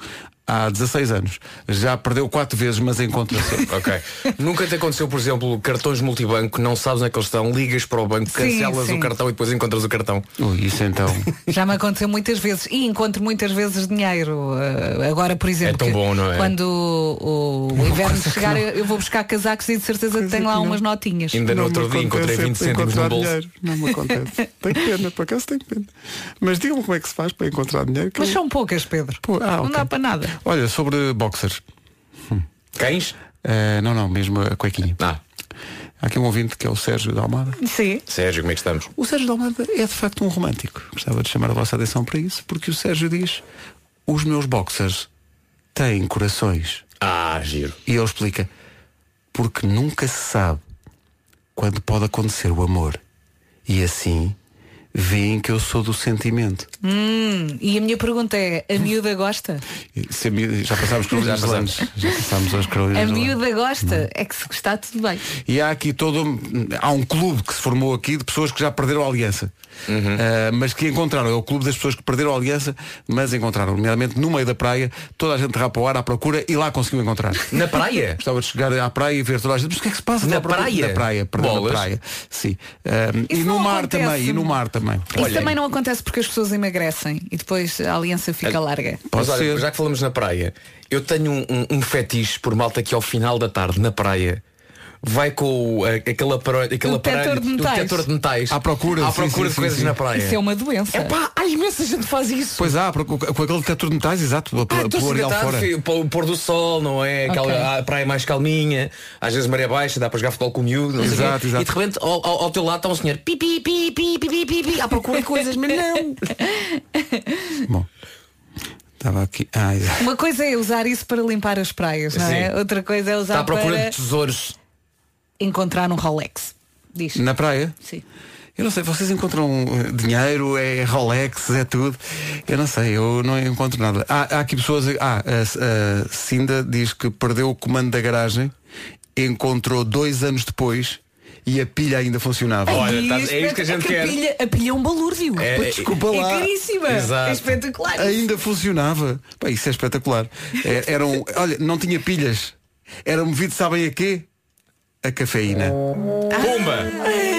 há dezasseis anos. Já perdeu quatro vezes, mas encontra sempre. Ok. Nunca te aconteceu, por exemplo, cartões multibanco, não sabes onde é que eles estão, ligas para o banco, Sim, cancelas sim. o cartão e depois encontras o cartão. Ui, isso então. Já me aconteceu muitas vezes e encontro muitas vezes dinheiro. Uh, Agora, por exemplo, É tão que bom, não é? quando o, o inverno chegar, eu eu vou buscar casacos e de certeza que tenho lá umas notinhas. Ainda no Não outro me dia encontrei acontece vinte é cêntimos encontrar no bolso. dinheiro. Não me acontece. Tenho pena, por acaso tenho pena. Mas digam-me como é que se faz para encontrar dinheiro. que Mas eu- são poucas, Pedro. Pô, ah, Não ok. dá para nada. Olha, sobre boxers. Cães? Eh, não, não, mesmo a cuequinha. Ah. Há aqui um ouvinte que é o Sérgio da Almada. Sim. Sérgio, como é que estamos? O Sérgio da Almada é de facto um romântico. Gostava de chamar a vossa atenção para isso, porque o Sérgio diz: os meus boxers têm corações. Ah, giro. E ele explica: porque nunca se sabe quando pode acontecer o amor. E assim veem que eu sou do sentimento. Hum, e a minha pergunta é, a miúda gosta? Se a miúda- já passámos com os Já islandes. Já passámos aos A Carolinas. miúda gosta? É que se gostar tudo bem. E há aqui todo um- há um clube que se formou aqui de pessoas que já perderam a aliança. Uh, mas que encontraram, é o clube das pessoas que perderam a aliança, mas encontraram, nomeadamente no meio da praia, toda a gente rapa ao ar à procura e lá conseguiu encontrar. Na praia? Gostava de chegar à praia e ver toda a gente, mas o que é que se passa? Na Está à procura- praia? Na praia, perdeu na Bolas? praia. Sim. Uh, e Isso no não mar acontece. também, e no mar também. Isso Olha, também não acontece porque as pessoas emagrecem e depois a aliança fica larga. Mas Pode olha, ser. já que falamos na praia, eu tenho um, um, um fetiche por malta que ao final da tarde na praia vai com o, a- aquele aparelho, aquele O aparelho detector de o metais. detector de metais À procura, à sim, procura sim, de sim, coisas sim. na praia. Isso é uma doença. É pá, há imensa gente faz isso. Pois há, com, com aquele detector de metais, exato, pela, Ah, pela, estou pelo areal deitado, fora. filho, pôr- o pôr do sol, não é? Aquela Ok. a praia mais calminha, às vezes maré baixa, dá para jogar futebol com o miúdo, não sei o quê. Exato, exato. E de repente ao, ao, ao teu lado está um senhor pi pi pi pi pi pi pi, pi à procura de coisas, mas não. Bom, estava aqui. Ah, exato. Uma coisa é usar isso para limpar as praias, não é? Sim. Outra coisa é usar Está à procura para de tesouros. encontrar um Rolex. Diz. Na praia? Sim. Eu não sei, vocês encontram eh, dinheiro, é Rolex, é tudo. Eu não sei, eu não encontro nada. Há, há aqui pessoas. Ah, a, a Cinda diz que perdeu o comando da garagem, encontrou dois anos depois e a pilha ainda funcionava. Olha, E tá- é isto que a gente a quer. pilha, a pilha é um balúrdio. É, Pô, é- desculpa é lá. lá. caríssima. Exato. É espetacular. Ainda funcionava. Pá, isso é espetacular. É, eram, olha, não tinha pilhas. Era movido, sabem a quê? A cafeína. Pumba!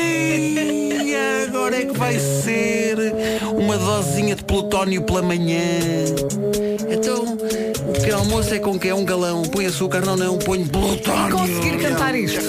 Ei, agora é que vai ser uma dosinha de plutónio pela manhã. Então, o pequeno almoço é com que é um galão. Põe açúcar, não, não, põe plutónio. Conseguir cantar isto.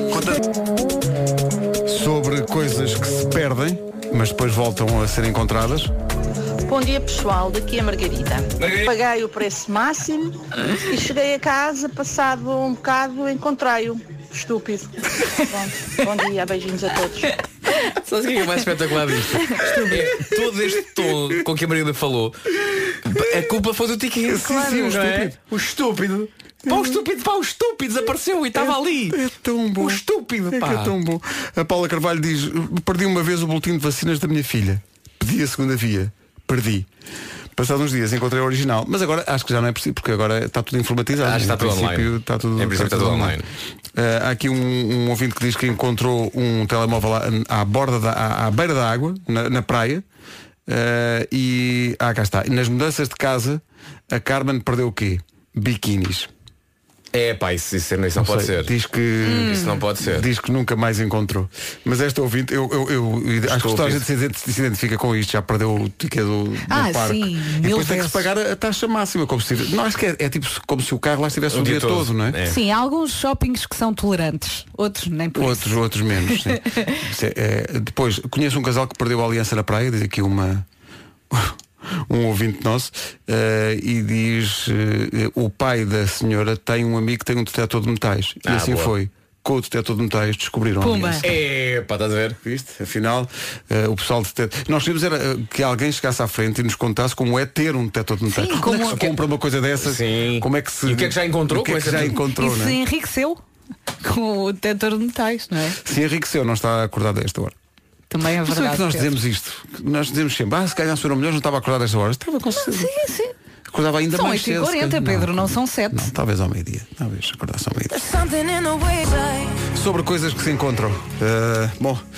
Sobre coisas que se perdem, mas depois voltam a ser encontradas. Bom dia pessoal, daqui é a Margarida. Margarida. Paguei o preço máximo e cheguei a casa, passado um bocado, encontrei-o. Estúpido. Pronto. Bom dia, beijinhos a todos. Sabes o que é mais espetacular disto? É todo este tom com que a Margarida falou. A culpa foi do Tiquinho. Sim, sim, o não é? estúpido. O estúpido. Pá, o estúpido, pá, o estúpido desapareceu e estava ali. É tão bom. O estúpido, É pá. que é tão bom. A Paula Carvalho diz: perdi uma vez o boletim de vacinas da minha filha. Pedi a segunda via. Perdi. Passados uns dias encontrei o original. Mas agora acho que já não é preciso, porque agora está tudo informatizado. Acho que está Em tudo princípio, online. Está tudo, Em princípio está tudo online. Uh, há aqui um, um ouvinte que diz que encontrou um telemóvel lá, à borda da, à, à beira da água, na, na praia. Uh, e ah, cá está. E nas mudanças de casa, a Carmen perdeu o quê? Biquinis. É pá, isso, isso, isso não, pode sei, ser. Diz que Isso não pode ser. Diz que nunca mais encontrou. Mas esta ouvinte, eu, eu, eu, eu acho que toda a gente se, ident- se identifica com isto. Já perdeu o ticket do, do Ah, parque. sim, E mil depois tem que se vezes. pagar a, a taxa máxima. Como se, não, acho que é, é tipo como se o carro lá estivesse o, dia, todo, não é? Sim, há alguns shoppings que são tolerantes, outros nem por Outros, isso. outros menos. Sim. Isso é- é- depois, conheço um casal que perdeu a aliança na praia, diz aqui uma. Um ouvinte nosso eh, e diz eh, o pai da senhora tem um amigo que tem um detector de metais e Ah, assim boa. foi. Com o detector de metais descobriram a Pumba. aliança. É pá, estás a ver? Viste? Afinal, eh, o pessoal de detector. Nós queríamos era eh, que alguém chegasse à frente e nos contasse como é ter um detector de metais. Sim, como é que como- se compra uma coisa dessas? Sim. Como é que se. E o que é que já encontrou O que é com que essa- já encontrou, E não se é? enriqueceu com o detector de metais, não é? Se enriqueceu, não está acordado a esta hora. Também é Mas é verdade. que nós Pedro. dizemos isto. Nós dizemos sempre, ah, se calhar foram melhores, não estava acordado a esta hora. Estava com certeza. Sim, sim. Acordava ainda São mais oito e cedo. se quarenta, calhar. Pedro, não são sete. Não, talvez ao meio-dia. Talvez acordasse ao meio-dia. Sobre coisas que se encontram. Uh, bom,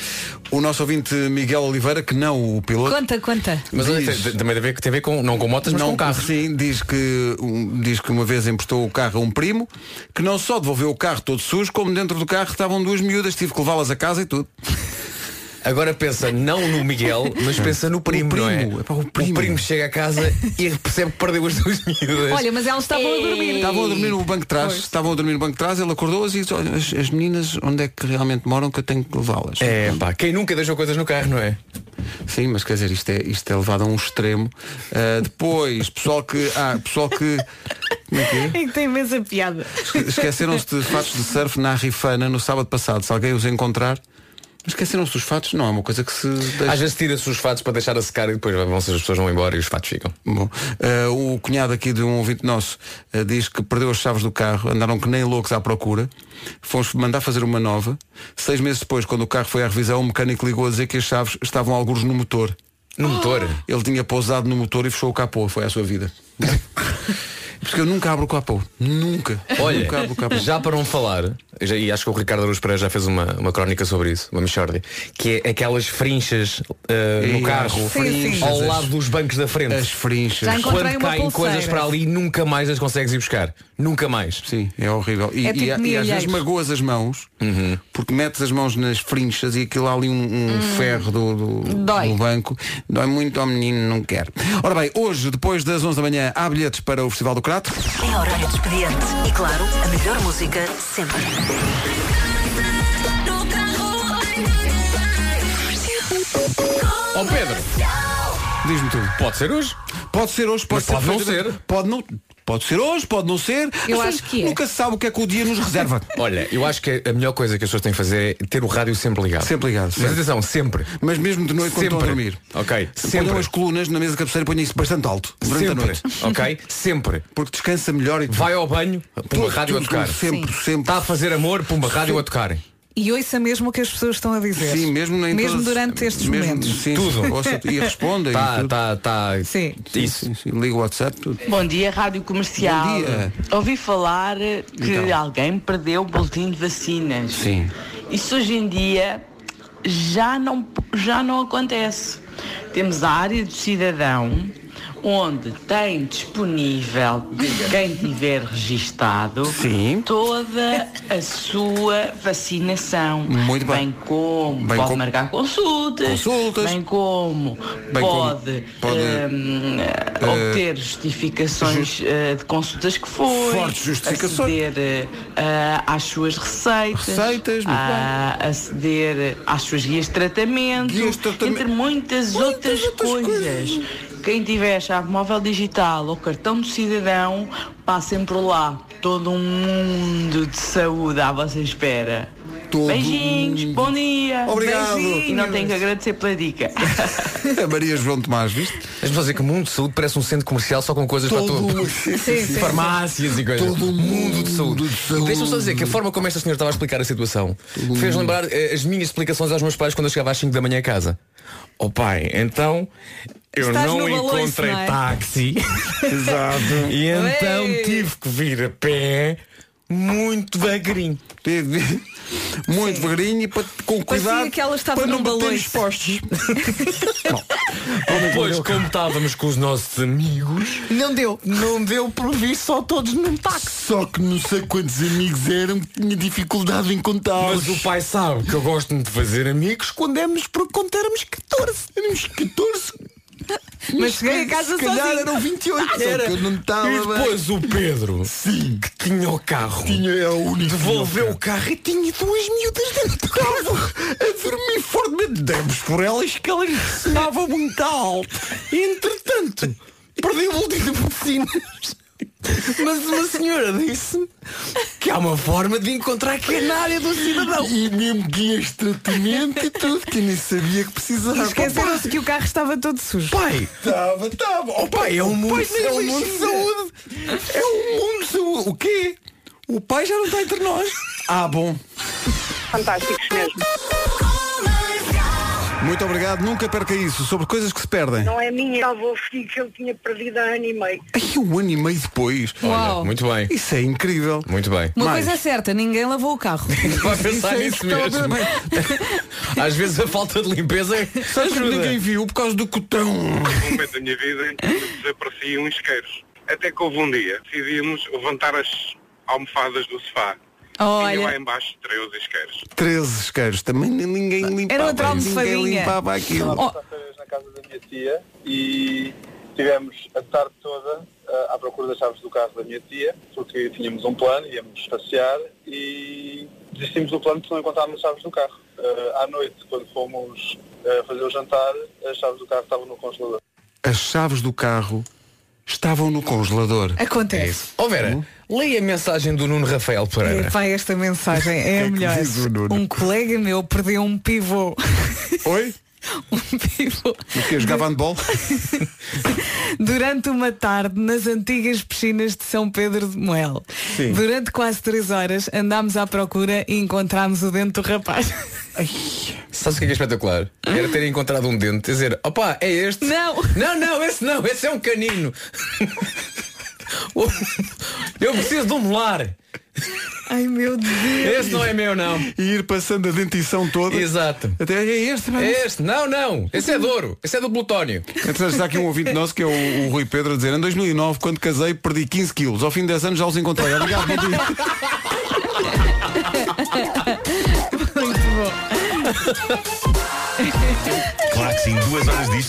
O nosso ouvinte Miguel Oliveira, que não o piloto. Conta, conta. Mas diz, tem, também tem a ver, tem a ver com, não com motas, mas não, com carros. Sim, diz que, um, diz que uma vez emprestou o carro a um primo, que não só devolveu o carro todo sujo, como dentro do carro estavam duas miúdas, tive que levá-las a casa e tudo. Agora pensa não no Miguel, mas pensa no primo, primo, não é? é pá, o primo. O primo chega a casa e percebe que perdeu as duas miúdas. Olha, mas elas estavam a dormir. Estavam a dormir no banco de trás, Pois. estavam a dormir no banco de trás, ele acordou-as e disse, olha, as, as meninas, onde é que realmente moram que eu tenho que levá-las? É pá, quem nunca deixou coisas no carro, não é? Sim, mas quer dizer, isto é, isto é levado a um extremo. Uh, depois, pessoal que. Ah, pessoal que. Como é que é? É que tem imensa piada. Esqueceram-se de fatos de surf na Rifana no sábado passado. Se alguém os encontrar. Esqueceram-se dos fatos, não é uma coisa que se deixa... Às vezes tira-se os fatos para deixar a secar e depois vão-se as pessoas vão embora e os fatos ficam. Bom, uh, o cunhado aqui de um ouvinte nosso uh, diz que perdeu as chaves do carro, andaram que nem loucos à procura, fomos mandar fazer uma nova. Seis meses depois, quando o carro foi à revisão, o mecânico ligou a dizer que as chaves estavam algures no motor. No motor? Ele tinha pousado no motor e fechou o capô, foi a sua vida. Porque eu nunca abro o capô. Nunca. Olha, nunca abro o capô. já para não falar, já, e acho que o Ricardo Araújo Pereira já fez uma, uma crónica sobre isso, uma mixórdia, que é aquelas frinchas uh, no E carro as frinchas, ao as- lado dos bancos da frente. As frinchas. Já encontrei Quando uma caem pulseira. coisas para ali, nunca mais as consegues ir buscar. Nunca mais. Sim, é horrível. E, É tipo e, e às milheiros. vezes magoas as mãos, Uhum. porque metes as mãos nas frinchas e aquilo há ali um, um ferro do, do, Dói. do banco. Dói muito ao menino, não quer. Ora bem, hoje, depois das onze da manhã, há bilhetes para o Festival do Crato. É horário de expediente. E claro, a melhor música sempre. Ó Pedro, Diz-me tudo. pode ser hoje? Pode ser hoje, pode Mas ser pode não perfeitamente- ser. Pode não. Pode ser hoje, pode não ser. Eu As acho pessoas que é. Nunca se sabe o que é que o dia nos reserva. Olha, eu acho que a melhor coisa que as pessoas têm que fazer é ter o rádio sempre ligado. Sempre ligado, Mas certo. atenção, sempre. Mas mesmo de noite quando estão a Sempre. dormir. Ok, Ponham sempre. as colunas na mesa de cabeceira e ponham isso bastante alto durante a Sempre. noite. Ok? Sempre. Porque descansa melhor e Vai ao banho, pumba, Tudo, rádio a tudo, tocar. tudo, sempre, Sim. sempre. Está a fazer amor, pumba, rádio a tocar. E ouça mesmo o que as pessoas estão a dizer. Sim, mesmo nem Mesmo todas- durante estes mesmo- momentos. Sim, Tudo. ouça e responda. Tá, e tudo. tá, tá. Sim. Isso. Sim, sim, liga o WhatsApp, tudo. Bom dia, Rádio Comercial. Bom dia. Ouvi falar que Então. alguém perdeu o boletim de vacinas. Sim. Isso hoje em dia já não, já não acontece. Temos a área do cidadão, onde tem disponível de quem tiver registado Sim. toda a sua vacinação. Muito bem. Bem como Bem pode como- marcar consultas, Consultas. bem como Bem como pode, pode, hum, obter justificações eh, de consultas que foi, Fortes justificações. aceder eh, às suas receitas, Receitas, muito a- aceder às suas guias de tratamento, Guias de tratamento. entre muitas, outras, outras coisas. Quem tiver chave móvel digital ou cartão do cidadão, passem por lá. Todo um mundo de saúde à vossa espera. Todo Beijinhos, mundo. bom dia. Obrigado. Beijinhos. E não tenho que agradecer pela dica. A Maria João Tomás, viste? As pessoas dizem que o mundo de saúde parece um centro comercial só com coisas Todo para mundo. tudo. Sim, sim, sim. Farmácias e coisas. Todo mundo de saúde. mundo de saúde. Deixa-me só dizer que a forma como esta senhora estava a explicar a situação fez lembrar eh, as minhas explicações aos meus pais quando eu chegava às cinco da manhã a casa. Oh pai, então eu Estás não no baloiço, encontrei não é? táxi. Exato. E então Ei. tive que vir a pé muito devagarinho. Muito devagarinho e para, com cuidado Parecia que ela estava para não num bater baloiço. os postos. Depois, como estávamos com os nossos amigos, Não deu. não deu para vir só todos num táxi. Só que não sei quantos amigos eram que tinha dificuldade em contá-los. Mas o pai sabe que eu gosto de fazer amigos quando éramos, quando éramos catorze. Éramos catorze. Mas cheguei a casa Se calhar sozinho. eram vinte e oito. Só Era. que eu não estava E bem. depois o Pedro, Sim. que tinha o carro, Tinha é o único. devolveu o carro e tinha duas miúdas dentro do carro. a dormir fortemente. Demos por elas que elas sonavam muito alto. Entretanto, perdi o boletim de vacinas. Mas uma senhora disse que há uma forma de encontrar que é na área do cidadão. E mesmo guias de tratamento e tudo, que eu nem sabia que precisava. Esqueceram-se que o carro estava todo sujo. Pai, Estava, estava. oh pai, é um mundo, Pai, nem é um mundo de imagina. saúde. É um mundo de saúde. O quê? O pai já não está entre nós. Ah, bom. Fantásticos mesmo. Muito obrigado, nunca perca isso. Sobre coisas que se perdem. Não é minha avó filho que eu tinha perdido há ano e meio. Ai, um ano e meio depois. Uau. Olha, muito bem. Isso é incrível. Muito bem. Uma Mais. coisa é certa, ninguém lavou o carro. Vai pensar Isso é nisso isso que mesmo. estava Às vezes a falta de limpeza é. Sabes que ninguém viu por causa do cotão. Um momento da minha vida em que desapareciam isqueiros. Até que houve um dia, decidimos levantar as almofadas do sofá. Olha. E lá embaixo treze isqueiros. treze isqueiros. Também ninguém limpava. Era outra ninguém almofadinha. limpava aquilo. Oh. Na casa da minha tia e tivemos a tarde toda uh, à procura das chaves do carro da minha tia, porque tínhamos um plano, íamos passear e desistimos do plano porque não encontrávamos as chaves do carro. Uh, à noite, quando fomos uh, fazer o jantar, as chaves do carro estavam no congelador. As chaves do carro estavam no congelador. Acontece. Ó Vera, leia a mensagem do Nuno Rafael Pereira. Vai, esta mensagem é a melhor. Um colega meu perdeu um pivô. Oi? Um pivô. O que jogava handball? Durante uma tarde nas antigas piscinas de São Pedro de Moel. Sim. Durante quase três horas andámos à procura e encontramos o dente do rapaz. Ai. Sabes o que é, que é espetacular? Era ter encontrado um dente e dizer, opá, é este? Não. Não, não, esse não, esse é um canino. Eu preciso de um molar. Ai meu Deus. Esse não é meu, não. E ir passando a dentição toda. Exato. Até é este, mas... É este, não, não. Esse é de ouro. Esse é do plutónio. Então, está aqui um ouvinte nosso que é o, o Rui Pedro a dizer, em dois mil e nove, quando casei, perdi quinze quilos. Ao fim de dez anos já os encontrei. Obrigado, bom dia. Muito bom. Claro que sim, duas horas disto.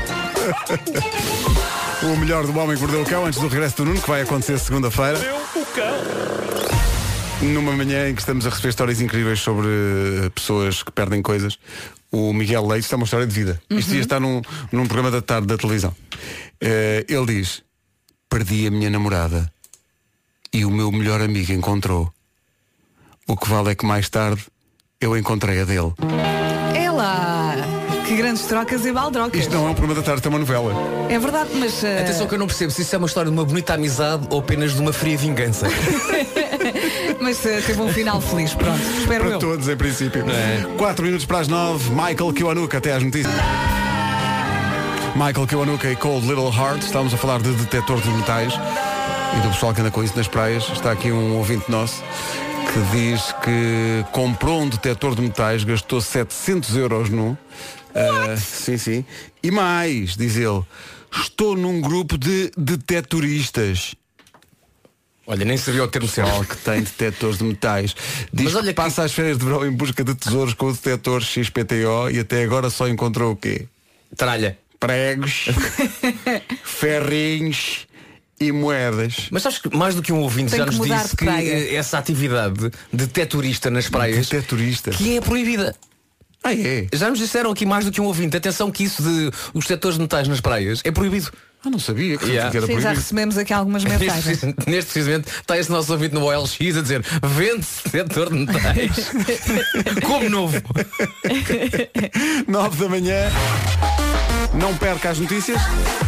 O melhor do Homem que Mordeu o Cão, antes do regresso do Nuno, que vai acontecer segunda-feira. O cão. Numa manhã em que estamos a receber histórias incríveis sobre uh, pessoas que perdem coisas. O Miguel Leite está uma história de vida. Uhum. Isto ia estar num, num programa da tarde da televisão. Uh, ele diz, perdi a minha namorada e o meu melhor amigo encontrou. O que vale é que mais tarde eu encontrei a dele. É lá. Que grandes trocas e baldrocas. Isto não é um programa da tarde, isto é uma novela. É verdade, mas... Uh... Atenção que eu não percebo se isso é uma história de uma bonita amizade ou apenas de uma fria vingança. Mas uh, teve um final feliz, pronto. Espero Para eu. todos, em princípio. É. quatro minutos para as nove, Michael Kiwanuka, até às notícias. Michael Kiwanuka e Cold Little Heart. Estamos a falar de detector de metais e do pessoal que anda com isso nas praias. Está aqui um ouvinte nosso que diz que comprou um detector de metais, gastou setecentos euros num. Uh, sim, sim. E mais, diz ele, estou num grupo de detectoristas. Olha, nem sabia o termo certo. Que tem detectores de metais. Diz Mas olha que passa que... as férias de verão em busca de tesouros com o detector X P T O e até agora só encontrou o quê? Tralha. Pregos, ferrinhos e moedas. Mas sabes que mais do que um ouvinte Tem já que nos mudar disse de que praia. essa atividade de detetorista nas praias Detetorista. que é proibida. Ah, é? Já nos disseram aqui mais do que um ouvinte. Atenção que isso de os detectores de metais nas praias é proibido. Ah, não sabia que, Yeah. que era Sim, já proibido. recebemos aqui algumas mensagens. Neste, neste precisamente está esse nosso ouvinte no O L X a dizer vende-se detetor de metais. Como novo. nove da manhã. Não perca as notícias.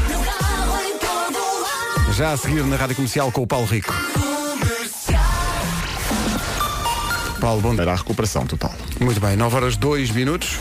Já a seguir na Rádio Comercial com o Paulo Rico. Paulo, bom dia. Era a recuperação total. Muito bem, nove horas dois minutos.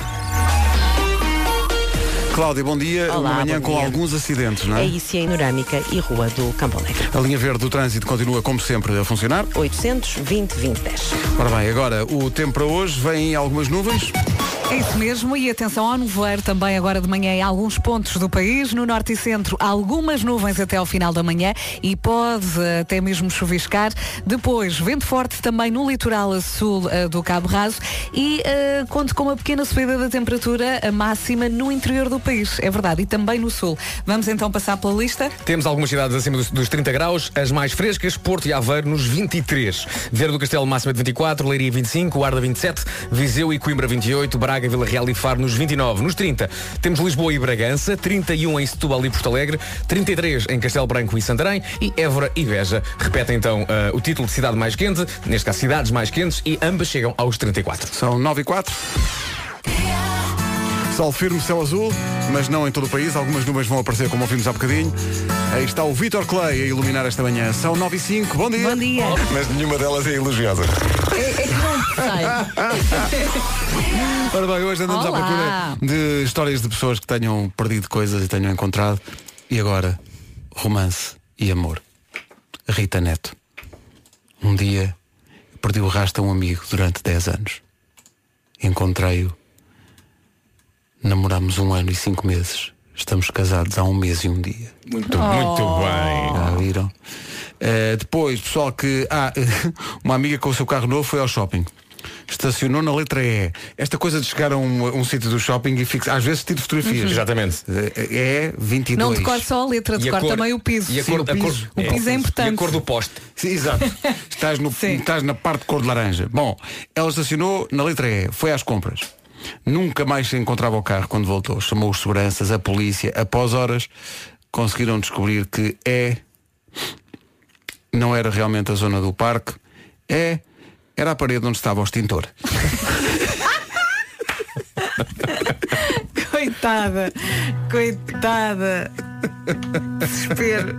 Cláudia, bom dia. Olá, Uma manhã bom com dia. alguns acidentes, não é? É isso, em Norâmica e Rua do Campo Alegre. A linha verde do trânsito continua, como sempre, a funcionar. oitocentos, vinte, vinte, dez. Ora bem, agora o tempo para hoje, vem algumas nuvens. É isso mesmo, e atenção ao nevoeiro também agora de manhã em alguns pontos do país. No norte e centro, algumas nuvens até ao final da manhã e pode até mesmo chuviscar. Depois, vento forte também no litoral a sul uh, do Cabo Raso e uh, conto com uma pequena subida da temperatura a máxima no interior do país. É verdade, e também no sul. Vamos então passar pela lista. Temos algumas cidades acima dos, dos trinta graus, as mais frescas, Porto e Aveiro nos vinte e três. Vieira do Castelo máxima de vinte e quatro, Leiria vinte e cinco, Guarda vinte e sete, Viseu e Coimbra vinte e oito, Braga, Vila Real e Faro nos vinte e nove. Nos trinta temos Lisboa e Bragança, trinta e um em Setúbal e Porto Alegre, trinta e três em Castelo Branco e Santarém e Évora e Beja. Repete então uh, o título de cidade mais quente, neste caso cidades mais quentes, e ambas chegam aos trinta e quatro. São nove e quatro. Sol firme, céu azul, mas não em todo o país. Algumas nuvens vão aparecer, como ouvimos há bocadinho. Aí está o Vítor Clay a iluminar esta manhã. São nove e cinco. Bom dia. Bom dia. Mas nenhuma delas é elogiosa. É, é que não sei. Ora bem, hoje andamos Olá. à procura de histórias de pessoas que tenham perdido coisas e tenham encontrado. E agora, romance e amor. Rita Neto. Um dia, perdi o rastro a um amigo durante dez anos. Encontrei-o. Namorámos um ano e cinco meses. Estamos casados há um mês e um dia. Muito, oh. muito bem. Já viram? Uh, depois, pessoal que... Ah, uma amiga com o seu carro novo foi ao shopping. Estacionou na letra E. Esta coisa de chegar a um, um sítio do shopping e fixar... Às vezes tiro fotografias. Uhum. Exatamente. É vinte e dois. Não decore só a letra, decore também o piso. E a Sim, cor, o a piso, cor, o piso é, é importante. E a cor do poste. Sim, exato. Estás, no, estás na parte de cor de laranja. Bom, ela estacionou na letra E. Foi às compras. Nunca mais se encontrava o carro quando voltou. Chamou os seguranças, a polícia. Após horas, conseguiram descobrir que E não era realmente a zona do parque. E era a parede onde estava o extintor. Coitada. Coitada. Desespero.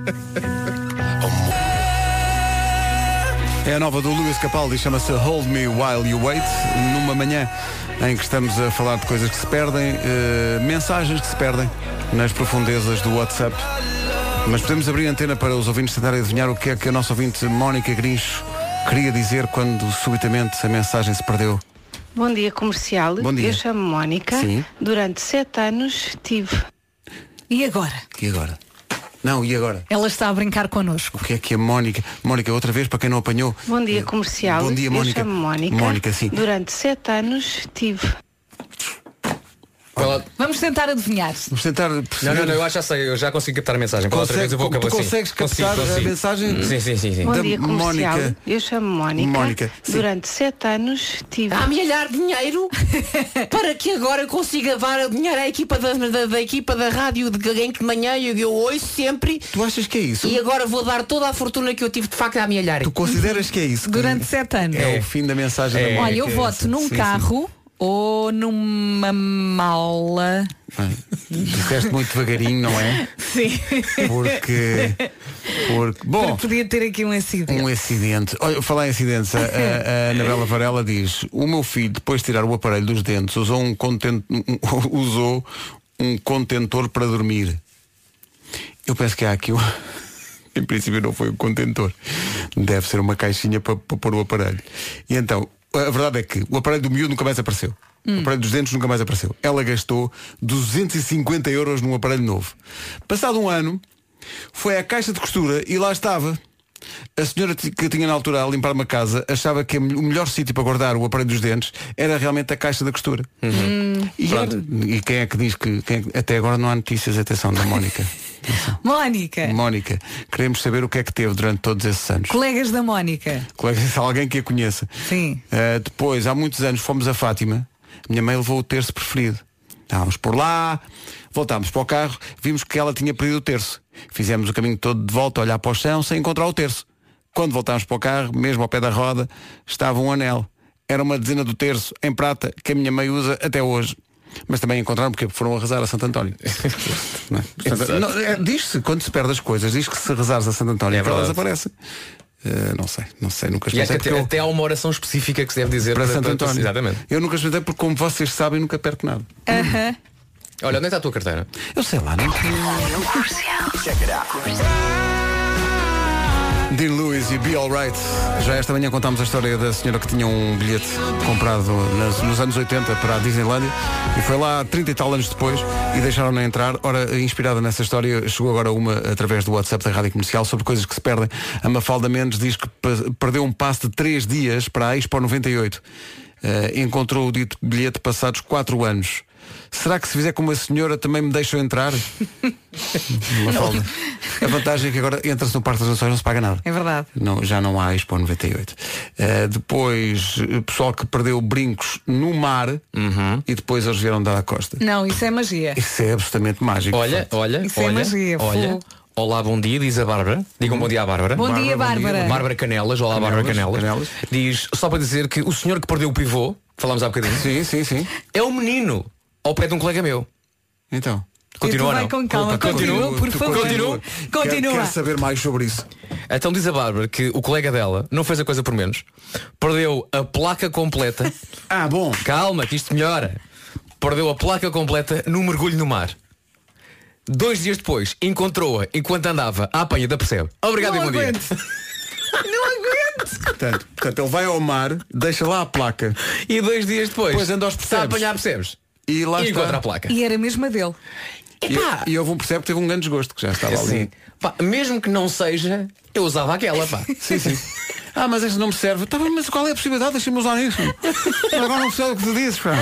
É a nova do Luís Capaldi, chama-se Hold Me While You Wait. Numa manhã em que estamos a falar de coisas que se perdem, uh, mensagens que se perdem nas profundezas do WhatsApp. Mas podemos abrir a antena para os ouvintes tentarem adivinhar o que é que a nossa ouvinte Mónica Grincho queria dizer quando subitamente a mensagem se perdeu. Bom dia, comercial. Bom dia. Eu chamo Mónica. Sim. Durante sete anos tive. E agora? E agora? Não, e agora? Ela está a brincar connosco. O que é que a Mónica... Mónica, outra vez, para quem não apanhou... Bom dia, comercial. Bom dia, Mónica. Eu chamo Mónica. Mónica, sim. Durante sete anos tive. Ela... Vamos tentar adivinhar. Vamos tentar perceber... Não, não, não, eu acho que já sei, eu já consigo captar a mensagem. Para outra vez eu vou acabar assim. Tu consegues captar consigo, consigo. a mensagem? Sim, sim, sim, sim. Bom Da dia, comercial. Mónica. Eu chamo Mónica. Mónica, sim. Durante sete anos tive. A amealhar dinheiro para que agora eu consiga dar dinheiro à equipa da, da, da equipa da rádio de alguém que de manhã eu, eu ouço sempre. Tu achas que é isso? E agora vou dar toda a fortuna que eu tive de facto a amealhar. Tu consideras que é isso? Durante sete anos. É, é o fim da mensagem é, da Mónica. Olha, eu voto num sim, carro sim. ou numa mala. Disseste muito devagarinho, não é? Sim. Porque... porque bom, porque podia ter aqui um acidente. Um acidente. Olha, falar em acidentes, a, a Anabela Varela diz: o meu filho, depois de tirar o aparelho dos dentes, usou um, content... usou um contentor para dormir. Eu penso que há aqui um... Em princípio não foi um contentor. Deve ser uma caixinha para, para pôr o aparelho. E então, a verdade é que o aparelho do miúdo nunca mais apareceu. Hum. O aparelho dos dentes nunca mais apareceu. Ela gastou duzentos e cinquenta euros num aparelho novo. Passado um ano, foi à caixa de costura e lá estava. A senhora que tinha na altura a limpar uma casa achava que o melhor sítio para guardar o aparelho dos dentes era realmente a caixa da costura. Uhum. E, era, e quem é que diz que, quem é que até agora não há notícias, atenção, da Mónica. Mónica. Mónica, queremos saber o que é que teve durante todos esses anos. Colegas da Mónica. Colegas, alguém que a conheça. Sim. Uh, depois, há muitos anos, fomos a Fátima. Minha mãe levou o terço preferido. Estávamos por lá, voltámos para o carro, vimos que ela tinha perdido o terço. Fizemos o caminho todo de volta, a olhar para o chão, sem encontrar o terço. Quando voltámos para o carro, mesmo ao pé da roda, estava um anel. Era uma dezena do terço, em prata, que a minha mãe usa até hoje. Mas também encontraram porque foram a rezar a Santo António. Não é? Portanto, não, é, diz-se, quando se perde as coisas, diz que se rezares a Santo António, é elas aparecem. Uh, não sei, não sei, nunca experimentei. E até, eu... até há uma oração específica que se deve dizer para, para Santo António. Exatamente. Eu nunca experimentei porque, como vocês sabem, nunca perco nada. Uh-huh. Olha, onde é que está a tua carteira? Eu sei lá, não. Dean Lewis e Be Alright. Já esta manhã contámos a história da senhora que tinha um bilhete comprado nas, nos anos oitenta para a Disneylandia e foi lá trinta e tal anos depois e deixaram-na entrar. Ora, inspirada nessa história, chegou agora uma através do WhatsApp da Rádio Comercial sobre coisas que se perdem. A Mafalda Mendes diz que perdeu um passe de três dias para a Expo noventa e oito. Uh, encontrou o dito bilhete passados quatro anos. Será que se fizer como a senhora também me deixam entrar? Mafalda. A vantagem é que agora entra-se no Parque das Nações, não se paga nada. É verdade. Não, já não há Expo noventa e oito. Uh, depois, o pessoal que perdeu brincos no mar uhum. e depois eles vieram dar à costa. Não, isso é magia. Isso é absolutamente mágico. Olha, olha, isso olha, é magia. olha. Fogo. Olá, bom dia, diz a Bárbara. Digam bom dia à Bárbara. Bom dia, Bárbara. Bárbara Canelas, olá, Canelas, Bárbara Canelas. Canelas. Diz, só para dizer que o senhor que perdeu o pivô, falámos há bocadinho. Sim, sim, sim. É o menino. ao pé de um colega meu. Então. Continua ou vai não? com calma. Continua, por favor. Continua. Continua. Quero saber mais sobre isso. Então diz a Bárbara que o colega dela não fez a coisa por menos. Perdeu a placa completa. Ah, bom. Calma, que isto melhora. Perdeu a placa completa no mergulho no mar. Dois dias depois, encontrou-a enquanto andava à apanha da Percebe. Obrigado Não e bom dia. aguento. Não aguento. Portanto, portanto, ele vai ao mar, deixa lá a placa. E dois dias depois, Depois anda aos está a Percebes. apanhar Percebes. E lá E está. encontra a placa. E era mesmo a dele. E, e houve um Percebe que teve um grande desgosto, que já estava Assim, ali. pá, mesmo que não seja, eu usava aquela, pá. Sim, sim. Ah, mas esta não me serve. Tá bem, mas qual é a possibilidade? Deixa-me usar isso. Agora não sei o que tu dizes, pá.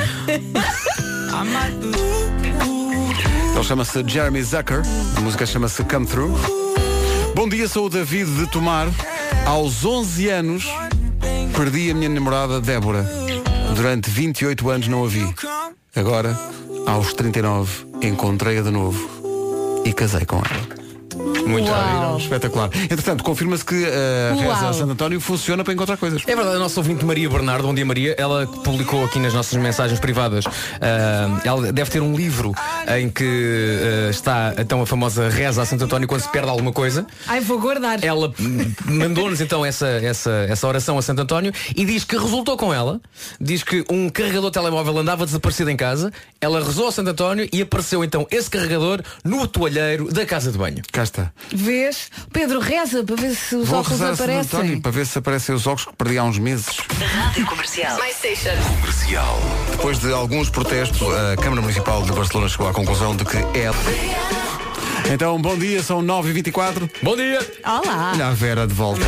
Ele chama-se Jeremy Zucker. A música chama-se Come Through. Bom dia, sou o David de Tomar. Aos onze anos perdi a minha namorada Débora. Durante vinte e oito anos não a vi. Agora, aos trinta e nove, encontrei-a de novo e casei com ela. Muito Uau. bem, espetacular. Entretanto, confirma-se que a reza Uau. a Santo António funciona para encontrar coisas. É verdade, a nossa ouvinte Maria Bernardo, bom dia Maria, ela publicou aqui nas nossas mensagens privadas, ah, ela deve ter um livro em que ah, está então a famosa reza a Santo António quando se perde alguma coisa. Ai, vou guardar. Ela hum, mandou-nos então essa, essa, essa oração a Santo António e diz que resultou com ela. Diz que um carregador de telemóvel andava desaparecido em casa, ela rezou a Santo António e apareceu então esse carregador no toalheiro da casa de banho. Cá está. Vês? Pedro, reza para ver se os Vou óculos rezar a Santo aparecem. António para ver se aparecem os óculos que perdi há uns meses. Rádio Comercial. My Station. Comercial. Depois de alguns protestos, a Câmara Municipal de Barcelona chegou à conclusão de que é... Então, bom dia, são nove e vinte e quatro. Bom dia! Olá. Olha a Vera de volta.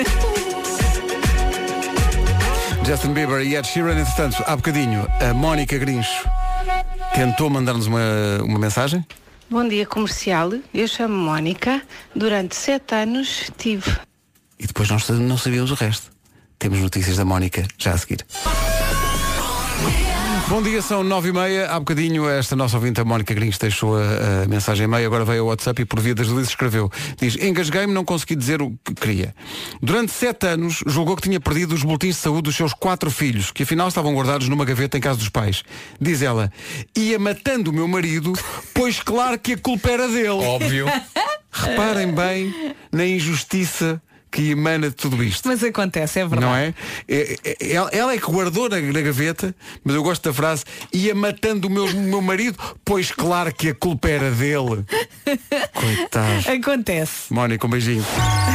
Justin Bieber e Ed Sheeran. Entretanto, há bocadinho, a Mónica Grincho tentou mandar-nos uma, uma mensagem. Bom dia, comercial. Eu chamo Mónica. Durante sete anos tive. E depois nós não sabíamos o resto. Temos notícias da Mónica já a seguir. Bom dia, são nove e meia. Há bocadinho esta nossa ouvinte, a Mónica Grinch, deixou a, a mensagem em meio. Agora veio ao WhatsApp e por via das luzes escreveu. Diz, engasguei-me, não consegui dizer o que queria. Durante sete anos julgou que tinha perdido os boletins de saúde dos seus quatro filhos, que afinal estavam guardados numa gaveta em casa dos pais. Diz ela, ia matando o meu marido, pois claro que a culpa era dele. Óbvio. Reparem bem na injustiça que emana de tudo isto. Mas acontece, é verdade. Não é? É- é- Ela ela é que guardou na, na gaveta, mas eu gosto da frase, ia matando o meu, o meu marido, pois claro que a culpa era dele. Coitado. Acontece. Mónica, um beijinho.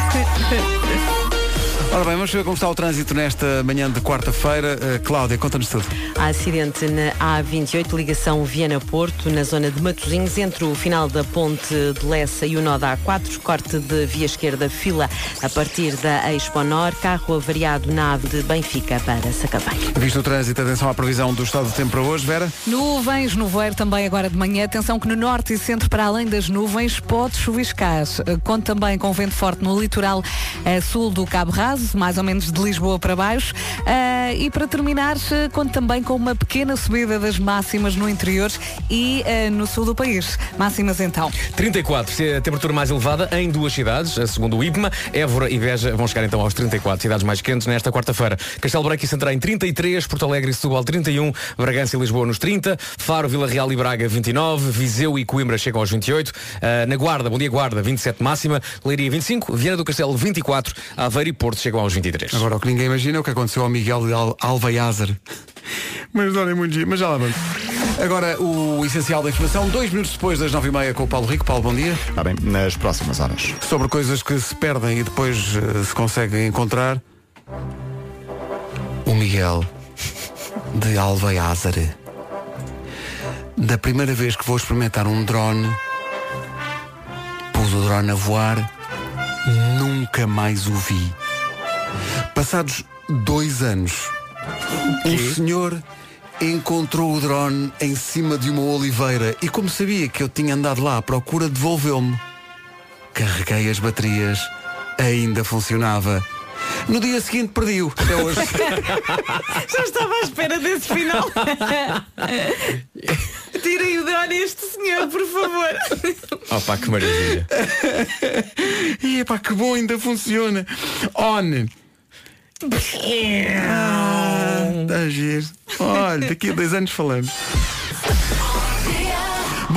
Ora bem, vamos ver como está o trânsito nesta manhã de quarta-feira. Uh, Cláudia, conta-nos tudo. Há acidente na A vinte e oito, ligação Viana-Porto, na zona de Matosinhos, entre o final da ponte de Lessa e o nó da A quatro, corte de via esquerda, fila a partir da Expo Nor, carro avariado na ave de Benfica para Sacavém. Visto o trânsito, atenção à previsão do estado do tempo para hoje, Vera. Nuvens, nevoeiro também agora de manhã. Atenção que no norte e centro, para além das nuvens, pode chuviscar. Conto também com vento forte no litoral a sul do Cabo Raso, mais ou menos de Lisboa para baixo. Uh, e para terminar, uh, conto também com uma pequena subida das máximas no interior e uh, no sul do país. Máximas então. trinta e quatro, a temperatura mais elevada em duas cidades, segundo o IPMA, Évora e Beja vão chegar então aos trinta e quatro, cidades mais quentes nesta quarta-feira. Castelo Branco e Santarém trinta e três, Porto Alegre e Setúbal trinta e um, Bragança e Lisboa nos trinta, Faro, Vila Real e Braga vinte e nove, Viseu e Coimbra chegam aos vinte e oito, uh, na Guarda, bom dia Guarda, vinte e sete máxima, Leiria vinte e cinco, Viana do Castelo vinte e quatro, Aveiro e Porto chegam aos vinte e três. Agora, o que ninguém imagina é o que aconteceu ao Miguel de Al Alvaiázar. Mas olhem muito giro, mas já lá vamos. Agora, o essencial da informação, dois minutos depois das nove e meia com o Paulo Rico. Paulo, bom dia. Está bem, nas próximas horas. Sobre coisas que se perdem e depois uh, se conseguem encontrar. O Miguel de Alvaiázar. Da primeira vez que vou experimentar um drone, pus o drone a voar, nunca mais o vi. Passados dois anos, um senhor encontrou o drone em cima de uma oliveira e, como sabia que eu tinha andado lá à procura, devolveu-me. Carreguei as baterias, ainda funcionava. No dia seguinte perdi-o, até hoje. Já estava à espera desse final. Tirem o drone a este senhor, por favor. Oh pá, que maravilha. E epá, que bom, ainda funciona. On. Ah, dá giro. Olha, daqui a dois anos falamos.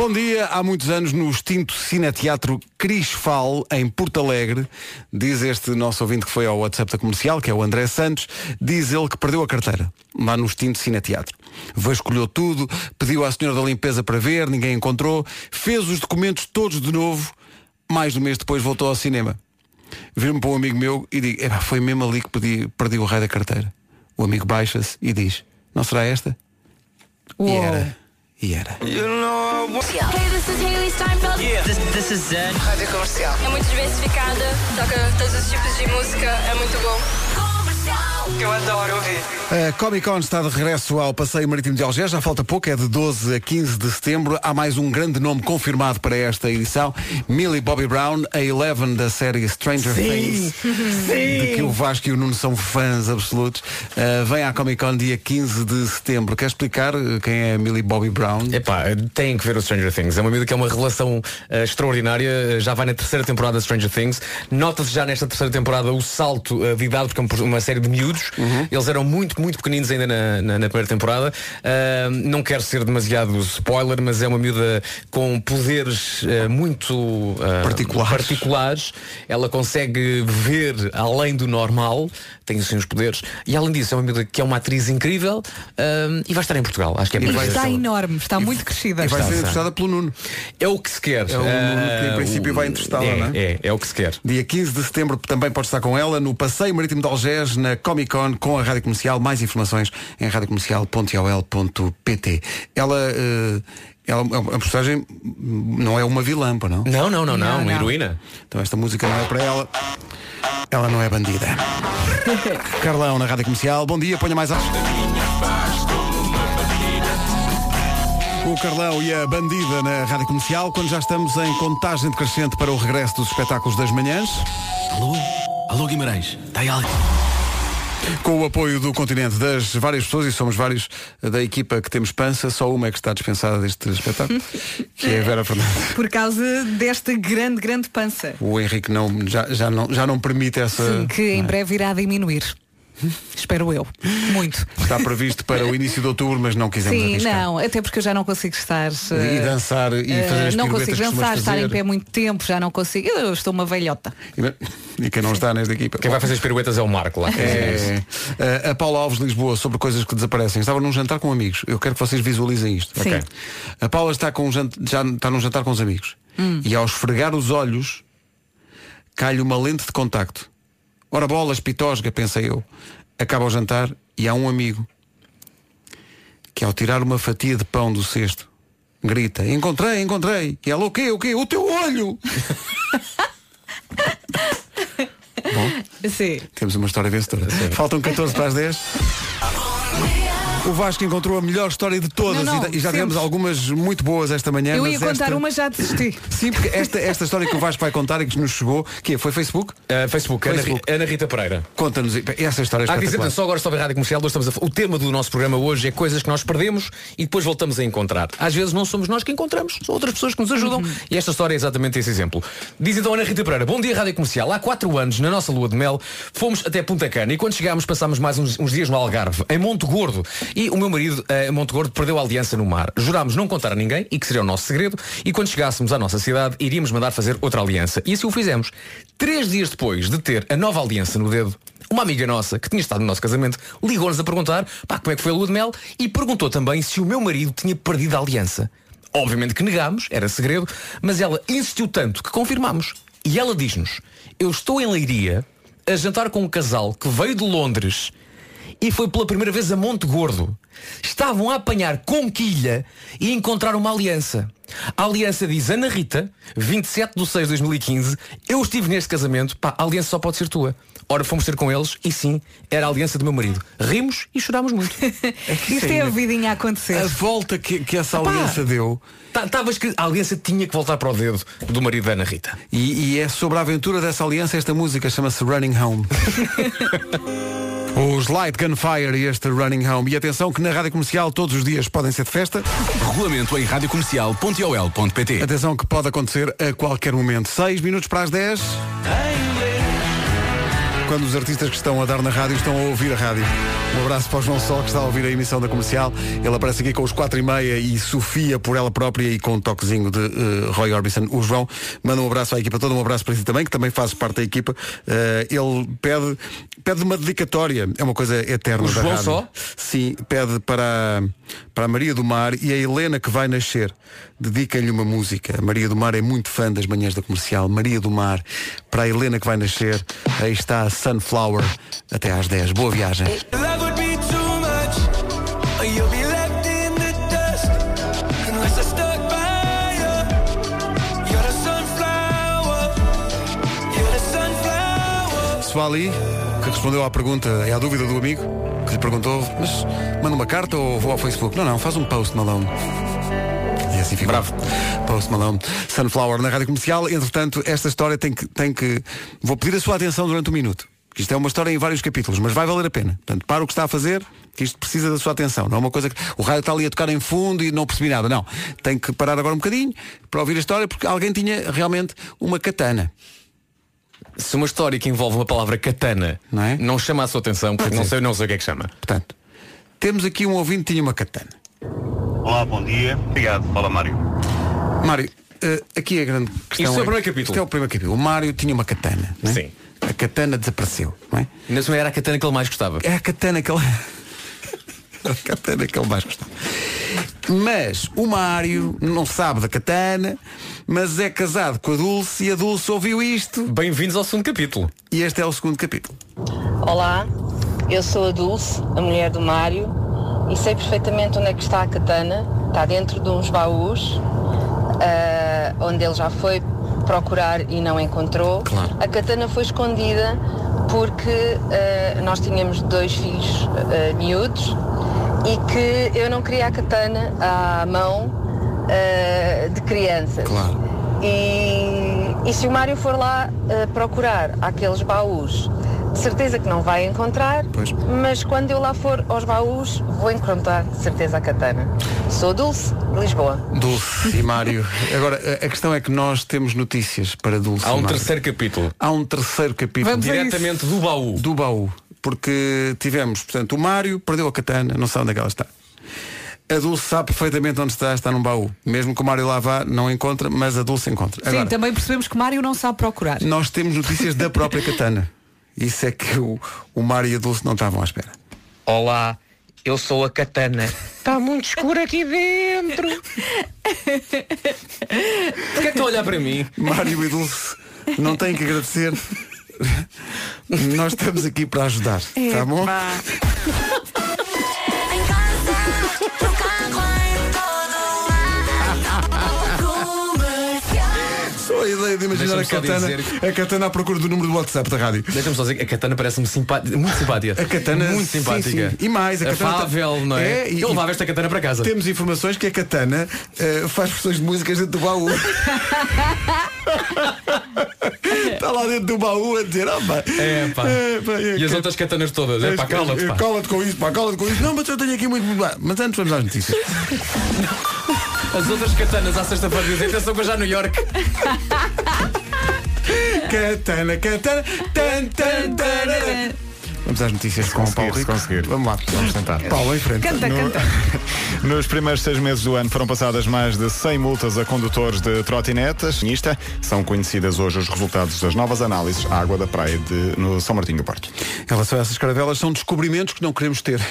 Bom dia, há muitos anos no extinto Cineteatro Crisfal, em Porto Alegre, diz este nosso ouvinte que foi ao WhatsApp da Comercial, que é o André Santos, diz ele que perdeu a carteira, lá no extinto Cineteatro. Vasculhou tudo, pediu à senhora da limpeza para ver, ninguém encontrou, fez os documentos todos de novo, mais de um mês depois voltou ao cinema. Viro-me para um amigo meu e digo, foi mesmo ali que perdi, perdi o raio da carteira. O amigo baixa-se e diz, não será esta? Uou. E era. E era. Hey, this is Hailey Steinfeld. Yeah, this, this is Zed. Rádio Comercial. É muito diversificada, toca todos os tipos de música, é muito bom. Eu adoro ouvir. A Comic Con está de regresso ao Passeio Marítimo de Algés, já falta pouco, é de doze a quinze de setembro. Há mais um grande nome confirmado para esta edição, Millie Bobby Brown, a Eleven da série Stranger Sim. Things, Sim. de que o Vasco e o Nuno são fãs absolutos. Uh, vem à Comic Con dia quinze de setembro. Quer explicar quem é a Millie Bobby Brown? Epá, tem que ver o Stranger Things. É uma miúda que é uma relação uh, extraordinária. Já vai na terceira temporada de Stranger Things. Nota-se já nesta terceira temporada o salto uh, de idade, porque é uma série de miúdos. Uhum. Eles eram muito, muito pequeninos ainda na, na, na primeira temporada. Uh, não quero ser demasiado spoiler, mas é uma miúda com poderes uh, muito uh, particulares. particulares. Ela consegue ver além do normal. Tem assim os poderes. E além disso, é uma miúda que é uma atriz incrível uh, e vai estar em Portugal. Acho que é e vai está enorme, está e muito crescida. E vai ser Está, entrevistada pelo Nuno. É o que se quer. É o Nuno que em princípio uh, vai entrevistá-la, é, não é? É, é o que se quer. Dia quinze de setembro também pode estar com ela no Passeio Marítimo de Algés, na Comic Con, com a Rádio Comercial. Mais informações em rádio comercial ponto i o l ponto p t. Ela, uh, ela, a personagem não é uma vilã, pá, não? Não, não, não, não, não, uma heroína. Então esta música não é para ela. Ela não é bandida. Carlão na Rádio Comercial. Bom dia, ponha mais alto. O Carlão e a Bandida na Rádio Comercial, quando já estamos em contagem decrescente para o regresso dos espetáculos das manhãs. Alô? Alô, Guimarães? Está aí alguém? Com o apoio do Continente, das várias pessoas, e somos vários da equipa que temos pança, só uma é que está dispensada deste espetáculo, que é a Vera Fernandes. Por causa desta grande, grande pança. O Henrique não, já, já, não, já não permite essa... Sim, que em breve irá diminuir. Espero eu. Muito. Está previsto para o início de outubro, mas não quisemos Sim, arriscar. não, até porque eu já não consigo estar uh, e dançar e fazer as uh, não piruetas consigo que dançar, costumas estar fazer. em pé muito tempo, já não consigo. Eu estou uma velhota. E, e quem não está nesta equipa. Quem vai fazer as piruetas é o Marco lá. É, é. A Paula Alves de Lisboa, sobre coisas que desaparecem. Estava num jantar com amigos. Eu quero que vocês visualizem isto. Sim. Okay. A Paula está com um jant... já está num jantar com os amigos. Hum. E ao esfregar os olhos cai-lhe uma lente de contacto. Ora bolas, pitosga, pensei eu. Acaba o jantar e há um amigo que, ao tirar uma fatia de pão do cesto, grita: encontrei, encontrei. E ela: o quê, o quê? O teu olho! Bom, sim. Temos uma história vencedora. Faltam catorze para as dez. O Vasco encontrou a melhor história de todas. Não, não, e já tivemos sempre. algumas muito boas esta manhã. Eu mas ia contar esta... uma, já desisti. Sim, porque esta, esta história que o Vasco vai contar e que nos chegou, que é, foi Facebook? Uh, Facebook, Facebook. Ana, Ana Rita Pereira. Conta-nos, essa história é Há que espetacular. dizer, só agora sobre a Rádio Comercial, estamos a... o tema do nosso programa hoje é coisas que nós perdemos e depois voltamos a encontrar. Às vezes não somos nós que encontramos, são outras pessoas que nos ajudam. Uhum. E esta história é exatamente esse exemplo. Diz então Ana Rita Pereira: bom dia, Rádio Comercial. Há quatro anos, na nossa lua de mel, fomos até Punta Cana e quando chegámos passámos mais uns, uns dias no Algarve, em Monte Gordo. E o meu marido, em Monte Gordo, perdeu a aliança no mar. Jurámos não contar a ninguém e que seria o nosso segredo, e quando chegássemos à nossa cidade iríamos mandar fazer outra aliança. E assim o fizemos. Três dias depois de ter a nova aliança no dedo, uma amiga nossa que tinha estado no nosso casamento ligou-nos a perguntar pá, como é que foi a lua de mel e perguntou também se o meu marido tinha perdido a aliança. Obviamente que negámos, era segredo, mas ela insistiu tanto que confirmámos. E ela diz-nos: eu estou em Leiria a jantar com um casal que veio de Londres e foi pela primeira vez a Monte Gordo. Estavam a apanhar conquilha e encontraram uma aliança. A aliança diz: Ana Rita, vinte e sete de seis de dois mil e quinze, eu estive neste casamento, pá, a aliança só pode ser tua. Ora, fomos ter com eles e sim, era a aliança do meu marido. Rimos e chorámos muito. É Isto é a vidinha a acontecer. A volta que, que essa aliança Epá, deu. Estava escrito, a aliança tinha que voltar para o dedo do marido da Ana Rita. E, e é sobre a aventura dessa aliança, esta música chama-se Running Home. Os Light Gunfire e este Running Home. E atenção que na Rádio Comercial todos os dias podem ser de festa. Regulamento em rádio comercial ponto i o l ponto p t. Atenção que pode acontecer a qualquer momento. Seis minutos para as dez. quando os artistas que estão a dar na rádio estão a ouvir a rádio. Um abraço para o João Sol, que está a ouvir a emissão da Comercial. Ele aparece aqui com os quatro e meia e Sofia por ela própria e com um toquezinho de uh, Roy Orbison. O João manda um abraço à equipa toda, um abraço para ti também, que também fazes parte da equipa. Uh, ele pede, pede uma dedicatória, é uma coisa eterna. O da João rádio. só? Sim, pede para, para a Maria do Mar e a Helena que vai nascer. Dedica-lhe uma música. A Maria do Mar é muito fã das manhãs da Comercial. Maria do Mar, para a Helena que vai nascer, aí está a Sunflower, até às dez. Boa viagem. Suali, que respondeu à pergunta, é a dúvida do amigo, que lhe perguntou, mas manda uma carta ou vou ao Facebook? Não, não, faz um post, Malone. E assim fica. Bravo. Post Malone. Sunflower na Rádio Comercial. Entretanto, esta história tem que, tem que... Vou pedir a sua atenção durante um minuto. Que isto é uma história em vários capítulos, mas vai valer a pena. Portanto, para o que está a fazer, que isto precisa da sua atenção. Não é uma coisa que o rádio está ali a tocar em fundo e não percebi nada. Não. Tem que parar agora um bocadinho para ouvir a história, porque alguém tinha realmente uma katana. Se uma história que envolve uma palavra katana não, é? não chama a sua atenção, porque não sei, não sei o que é que chama. Portanto, temos aqui um ouvinte que tinha uma katana. Olá, bom dia. Obrigado. Fala, Mário. Mário, uh, aqui é a grande questão. Isto é o primeiro é, capítulo. Isto é o primeiro capítulo. O Mário tinha uma katana, não é? Sim. A katana desapareceu, não é? Ainda era a katana que ele mais gostava. É a katana que ele... a katana que ele mais gostava. Mas o Mário não sabe da katana, mas é casado com a Dulce e a Dulce ouviu isto. Bem-vindos ao segundo capítulo. E este é o segundo capítulo. Olá, eu sou a Dulce, a mulher do Mário, e sei perfeitamente onde é que está a katana. Está dentro de uns baús, uh, onde ele já foi procurar e não encontrou. Claro. A katana foi escondida porque uh, nós tínhamos dois filhos uh, miúdos e que eu não queria a katana à mão uh, de crianças. Claro. E, e se o Mário for lá uh, procurar aqueles baús, de certeza que não vai encontrar, pois. Mas quando eu lá for aos baús, vou encontrar de certeza a katana. Sou Dulce, de Lisboa. Dulce e Mário. Agora, a questão é que nós temos notícias para Dulce. Há um e Mário. terceiro capítulo. Há um terceiro capítulo. Vamos diretamente do baú. Do baú. Porque tivemos, portanto, o Mário perdeu a katana, não sabe onde é que ela está. A Dulce sabe perfeitamente onde está, está num baú. Mesmo que o Mário lá vá, não encontra, mas a Dulce encontra. Sim, Agora, também percebemos que Mário não sabe procurar. nós temos notícias da própria katana. Isso é que o, o Mário e a Dulce não estavam à espera. Olá, eu sou a katana. Está muito escuro aqui dentro. Porquê é que estão a olhar para mim? Mário e Dulce não têm que agradecer. Nós estamos aqui para ajudar. Está bom? Só a ideia de imaginar a katana, dizer... a katana à procura do número do WhatsApp da rádio. Deixa-me só dizer que a katana parece-me simpática, muito simpática. A katana muito simpática. Sim, sim. E mais, a katana afável, não é? é e, eu levava esta katana para casa. Temos informações que a katana uh, faz versões de músicas dentro do baú. Está lá dentro do baú a dizer, oh, pá. É, pá. É, pá é, e as outras katanas todas, é, é pá, cala-te, pá. Cala-te com isso, pá, cala-te com isso. Não, mas eu tenho aqui muito, muito bem. Mas antes vamos às notícias. As outras katanas à sexta-feira dizem, atenção que eu já New York. Katana, katana, tan, tan, tan. Vamos às notícias com o Paulo Rico. Conseguir. Vamos lá. Vamos tentar. Paulo, em frente. Canta, no, canta. Nos primeiros seis meses do ano foram passadas mais de cem multas a condutores de trotinetas. Nista são conhecidas hoje os resultados das novas análises à água da praia de, no São Martinho do Porto. Em relação a essas caravelas, são descobrimentos que não queremos ter.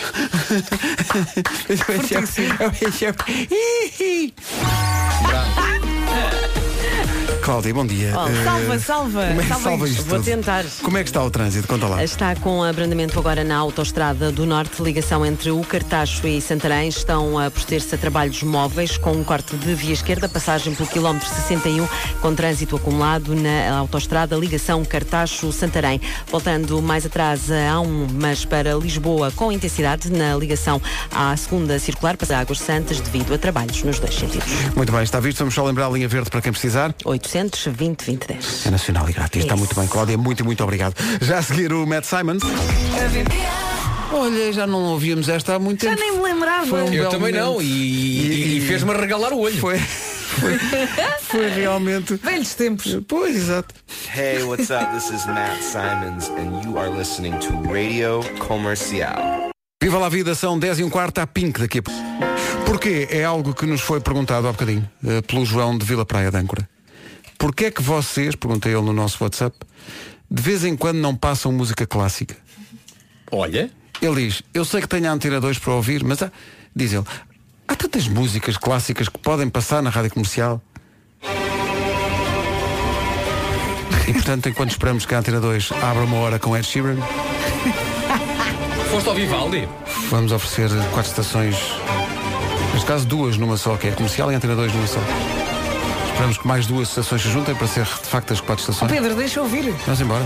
Cláudia, bom dia. Oh, uh, salva, salva. Como é que salva, salva isto? Vou tudo? tentar. Como é que está o trânsito? Conta lá. Está com abrandamento agora na autoestrada do Norte, ligação entre o Cartacho e Santarém. Estão a proceder-se a trabalhos móveis com um corte de via esquerda, passagem pelo quilómetro sessenta e um, com trânsito acumulado na autoestrada, ligação Cartacho-Santarém. Voltando mais atrás, há um, mas para Lisboa, com intensidade na ligação à segunda circular, para Águas Santas, devido a trabalhos nos dois sentidos. Muito bem, está visto. Vamos só lembrar a linha verde para quem precisar. oitocentos e vinte, vinte, dez. É nacional e grátis. Está muito bem, Cláudia. Muito, muito obrigado. Já a seguir o Matt Simons. Olha, já não ouvíamos esta há muito Já tempo. nem me lembrava. Foi um Eu belo também momento. não. E, e, e fez-me regalar o olho. Foi, foi, foi realmente... Velhos tempos. Pois, exato. Hey, what's up? This is Matt Simons and you are listening to Radio Comercial. Viva lá a vida, são dez e um quarto, à Pink daqui a pouco. Porquê? É algo que nos foi perguntado há bocadinho, pelo João de Vila Praia de Âncora. Porquê é que vocês, perguntei ele no nosso WhatsApp, de vez em quando não passam música clássica? Olha. Ele diz, eu sei que tenho a Antena dois para ouvir, mas há, diz ele, há tantas músicas clássicas que podem passar na rádio comercial. E portanto, enquanto esperamos que a Antena dois abra uma hora com Ed Sheeran, foste ao Vivaldi? Vamos oferecer quatro estações, neste caso duas numa só, que é a comercial e a Antena dois numa só. Esperamos que mais duas estações se juntem para ser de facto as quatro estações. Oh, Pedro, deixa eu ouvir. Vamos embora.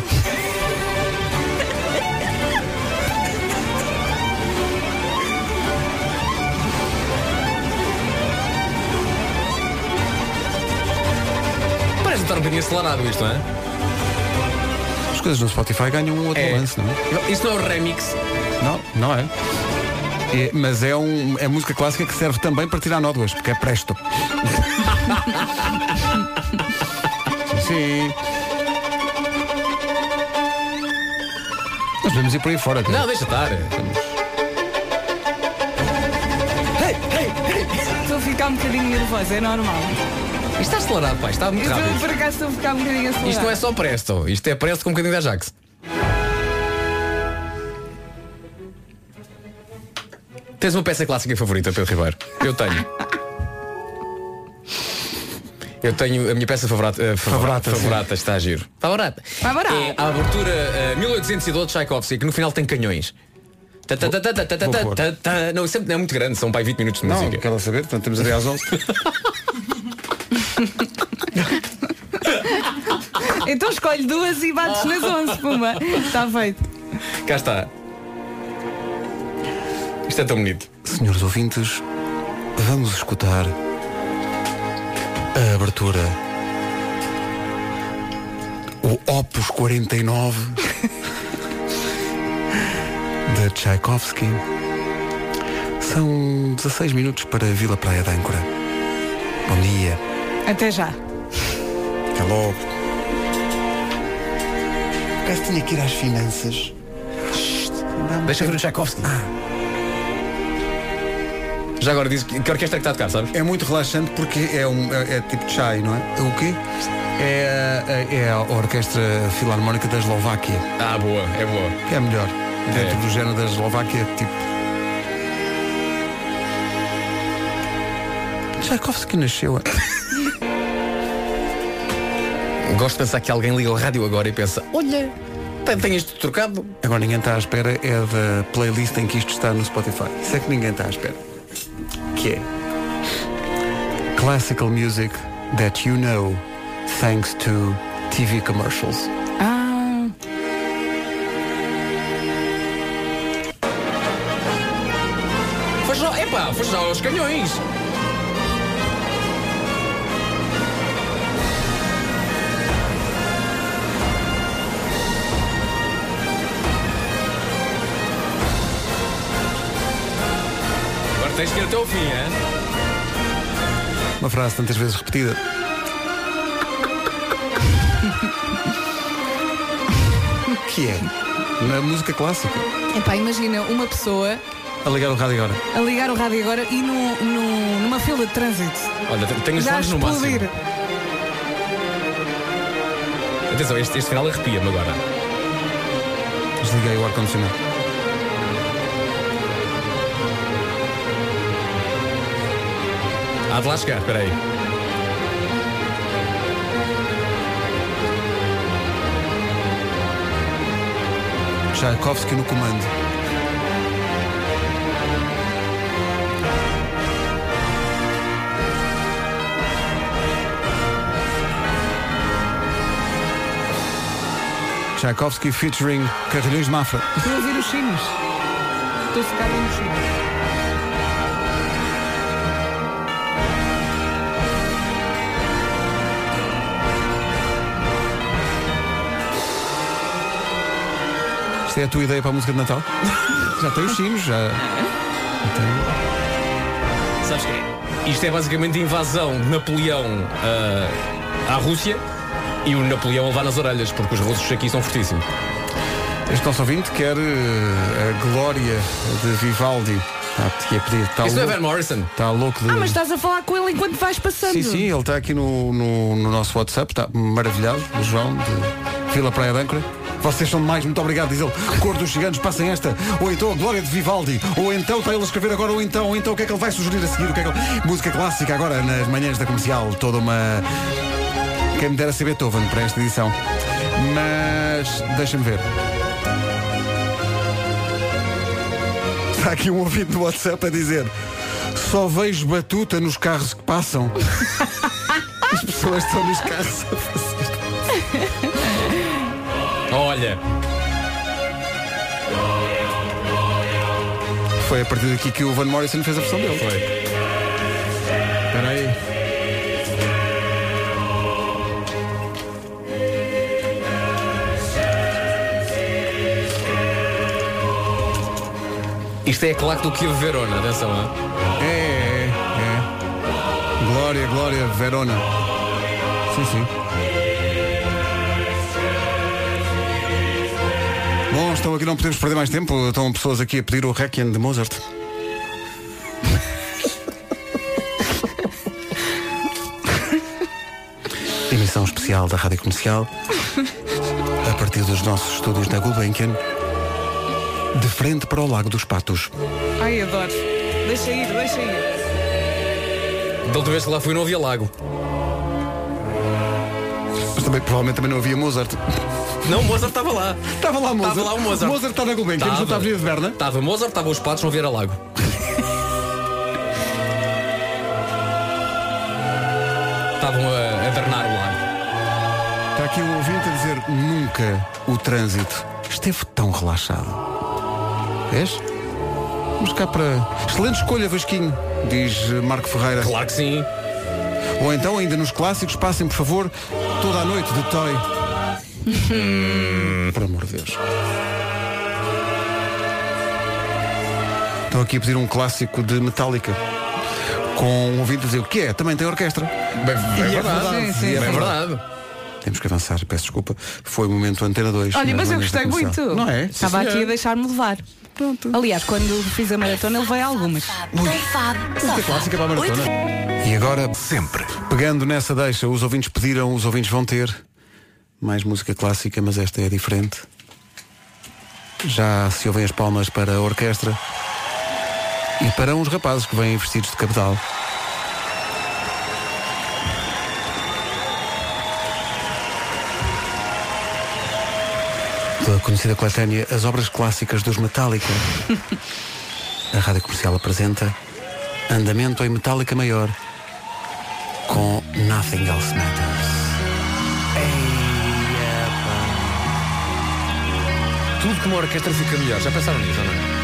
Parece estar um bocadinho acelerado isto, não é? As coisas no Spotify ganham um outro é. lance, não é? Isto não é o remix? Não, não é. É, mas é, um, é música clássica que serve também para tirar nódoas, porque é presto. Sim. Nós devemos ir por aí fora. Não, não deixa estar. Hey, hey, hey. Estou a ficar um bocadinho nervosa, é normal. Isto está acelerado, pai, está muito rápido. Por acaso estou a ficar um bocadinho acelerado. Isto não é só presto, isto é presto com um bocadinho de Ajax. Tens uma peça clássica favorita, Pedro Ribeiro? Eu tenho. Eu tenho a minha peça favorita. Uh, favorita, favorita está a giro. Favorita. Favorita. É a abertura uh, mil oitocentos e doze de Tchaikovsky, que no final tem canhões. Ta, ta, ta, ta, ta, ta, ta, ta, ta. Não, sempre é muito grande, são para aí vinte minutos de não, música. Não, quero saber, portanto temos até às onze. Então escolhe duas e bates nas onze, puma. Está feito. Cá está. Isto é tão bonito. Senhores ouvintes, vamos escutar a abertura, o Opus quarenta e nove de Tchaikovsky. São dezasseis minutos para Vila Praia de Âncora. Bom dia. Até já. Até logo. Parece que tinha que ir às finanças. Deixa ver o Tchaikovsky. Ah. Já agora diz que, que orquestra é que está a tocar, sabes? É muito relaxante porque é, um, é, é tipo chai, não é? O quê? É, é a Orquestra Filarmónica da Eslováquia. Ah, boa, é boa. Que é melhor. Dentro é. do género da Eslováquia, tipo... Tchaikovsky nasceu. Gosto de pensar que alguém liga o rádio agora e pensa, olha, tem isto trocado. Agora ninguém está à espera é da playlist em que isto está no Spotify. Isso é que ninguém está à espera. Que é Classical Music That You Know Thanks to T V Commercials. Ah. Foi já, epá, foi já aos canhões. Tens que ir até ao fim, é? Uma frase tantas vezes repetida. Que é? Na música clássica. Epá, imagina uma pessoa a ligar o rádio agora. A ligar o rádio agora e no, no, numa fila de trânsito. Olha, tenho os fones no máximo. Atenção, este, este final arrepia-me agora. Desliguei o ar-condicionado. Há de lá chegar, espera aí. Tchaikovsky no comando. Tchaikovsky featuring Carrilhões de Mafra. Estou a ouvir os sinos. Estou a ficar nos sinos. Esta é a tua ideia para a música de Natal? Já tem os sinos, já... já tem... Sabes quem é? Isto é basicamente a invasão de Napoleão uh, à Rússia e o Napoleão a levar nas orelhas, porque os russos aqui são fortíssimos. Este nosso ouvinte quer uh, a glória de Vivaldi. Está aqui a pedir. Está Isso não é louco, Van Morrison? Está louco de... Ah, mas estás a falar com ele enquanto vais passando. Sim, sim, ele está aqui no, no, no nosso WhatsApp. Está maravilhado, o João, de Vila Praia de Âncora. Vocês são demais, muito obrigado, diz ele. Cor dos Gigantes, passem esta. Ou então a glória de Vivaldi. Ou então, está ele a escrever agora, ou então, ou então o que é que ele vai sugerir a seguir? O que é que ele... Música clássica agora nas manhãs da Comercial. Toda uma... Quem me dera ser Beethoven para esta edição. Mas deixa-me ver. Está aqui um ouvinte no WhatsApp a dizer: só vejo batuta nos carros que passam. As pessoas estão nos carros a fazer. Olha. Foi a partir daqui que o Van Morrison fez a versão dele. Foi. Espera aí. Isto é a claque do Kiev Verona, atenção, hein? É, é, é. Glória, glória, Verona. Sim, sim. Bom, estão aqui, não podemos perder mais tempo. Estão pessoas aqui a pedir o Requiem de Mozart. Emissão especial da Rádio Comercial, a partir dos nossos estúdios na Gulbenkian, de frente para o Lago dos Patos. Ai, adoro. Deixa ir, deixa ir. Da última vez que lá fui não havia lago. Mas também, provavelmente também não havia Mozart. Não, Mozart estava lá. Estava lá Mozart. Estava lá o Mozart. Mozart está na Gulbenkian, junto à Avenida de Berna. Estava Mozart, estava os patos, não havia lago. Estavam a, a drenar o lago. Está aqui um ouvinte a dizer: nunca o trânsito esteve tão relaxado. Vês? Vamos cá para... Excelente escolha, Vasquinho, diz Marco Ferreira. Claro que sim. Ou então, ainda nos clássicos, passem, por favor, Toda a Noite de Toy. hum, por amor de Deus. Estão aqui a pedir um clássico de Metallica, com um ouvinte a dizer: o que é? Também tem orquestra. Bem, bem é verdade. Sim, sim, é sim. verdade. Temos que avançar, peço desculpa. Foi o momento Antena dois. Olha, mas eu manhãs da gostei Comercial. muito. Não é? Estava Sim, aqui senhora. a deixar-me levar. Pronto. Aliás, quando fiz a maratona, levei algumas. Música clássica para a maratona. E agora, sempre pegando nessa deixa, os ouvintes pediram, os ouvintes vão ter mais música clássica, mas esta é diferente. Já se ouvem as palmas para a orquestra e para uns rapazes que vêm vestidos de cabedal. Da conhecida coletânea As Obras Clássicas dos Metallica. A Rádio Comercial apresenta Andamento em Metallica Maior com Nothing Else Matters. Tudo que uma orquestra fica melhor. Já pensaram nisso, ou não?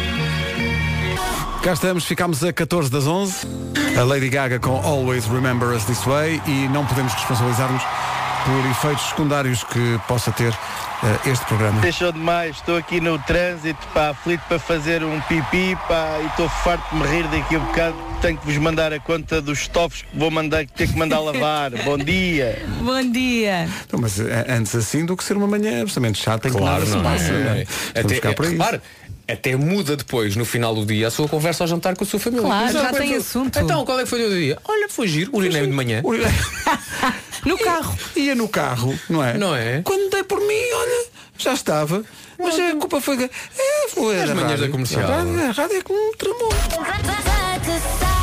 Cá estamos, ficámos a catorze das onze. A Lady Gaga com Always Remember Us This Way. E não podemos responsabilizar-nos por efeitos secundários que possa ter uh, este programa. Deixou demais, estou aqui no trânsito, pá, aflito para fazer um pipi, pá, e estou farto de me rir daqui a um bocado. Tenho que vos mandar a conta dos estofos que vou mandar, que ter que mandar lavar. Bom dia. Bom dia. Então, mas é, antes assim do que ser uma manhã absolutamente chata em que Claro, nada se não passa. é, não é? Até, Vamos cá para isso. repare, até muda depois, no final do dia, a sua conversa ao jantar com a sua família. Claro, já Exato, tem então, assunto. Então, qual é que foi o dia? Olha, foi giro, urinei-me de manhã. No carro. Ia no carro, não é? Não é? Quando dei por mim, olha, já estava. Mas a culpa foi... É, foi As da manhãs rádio. da Comercial. A rádio, a rádio é que me tramou.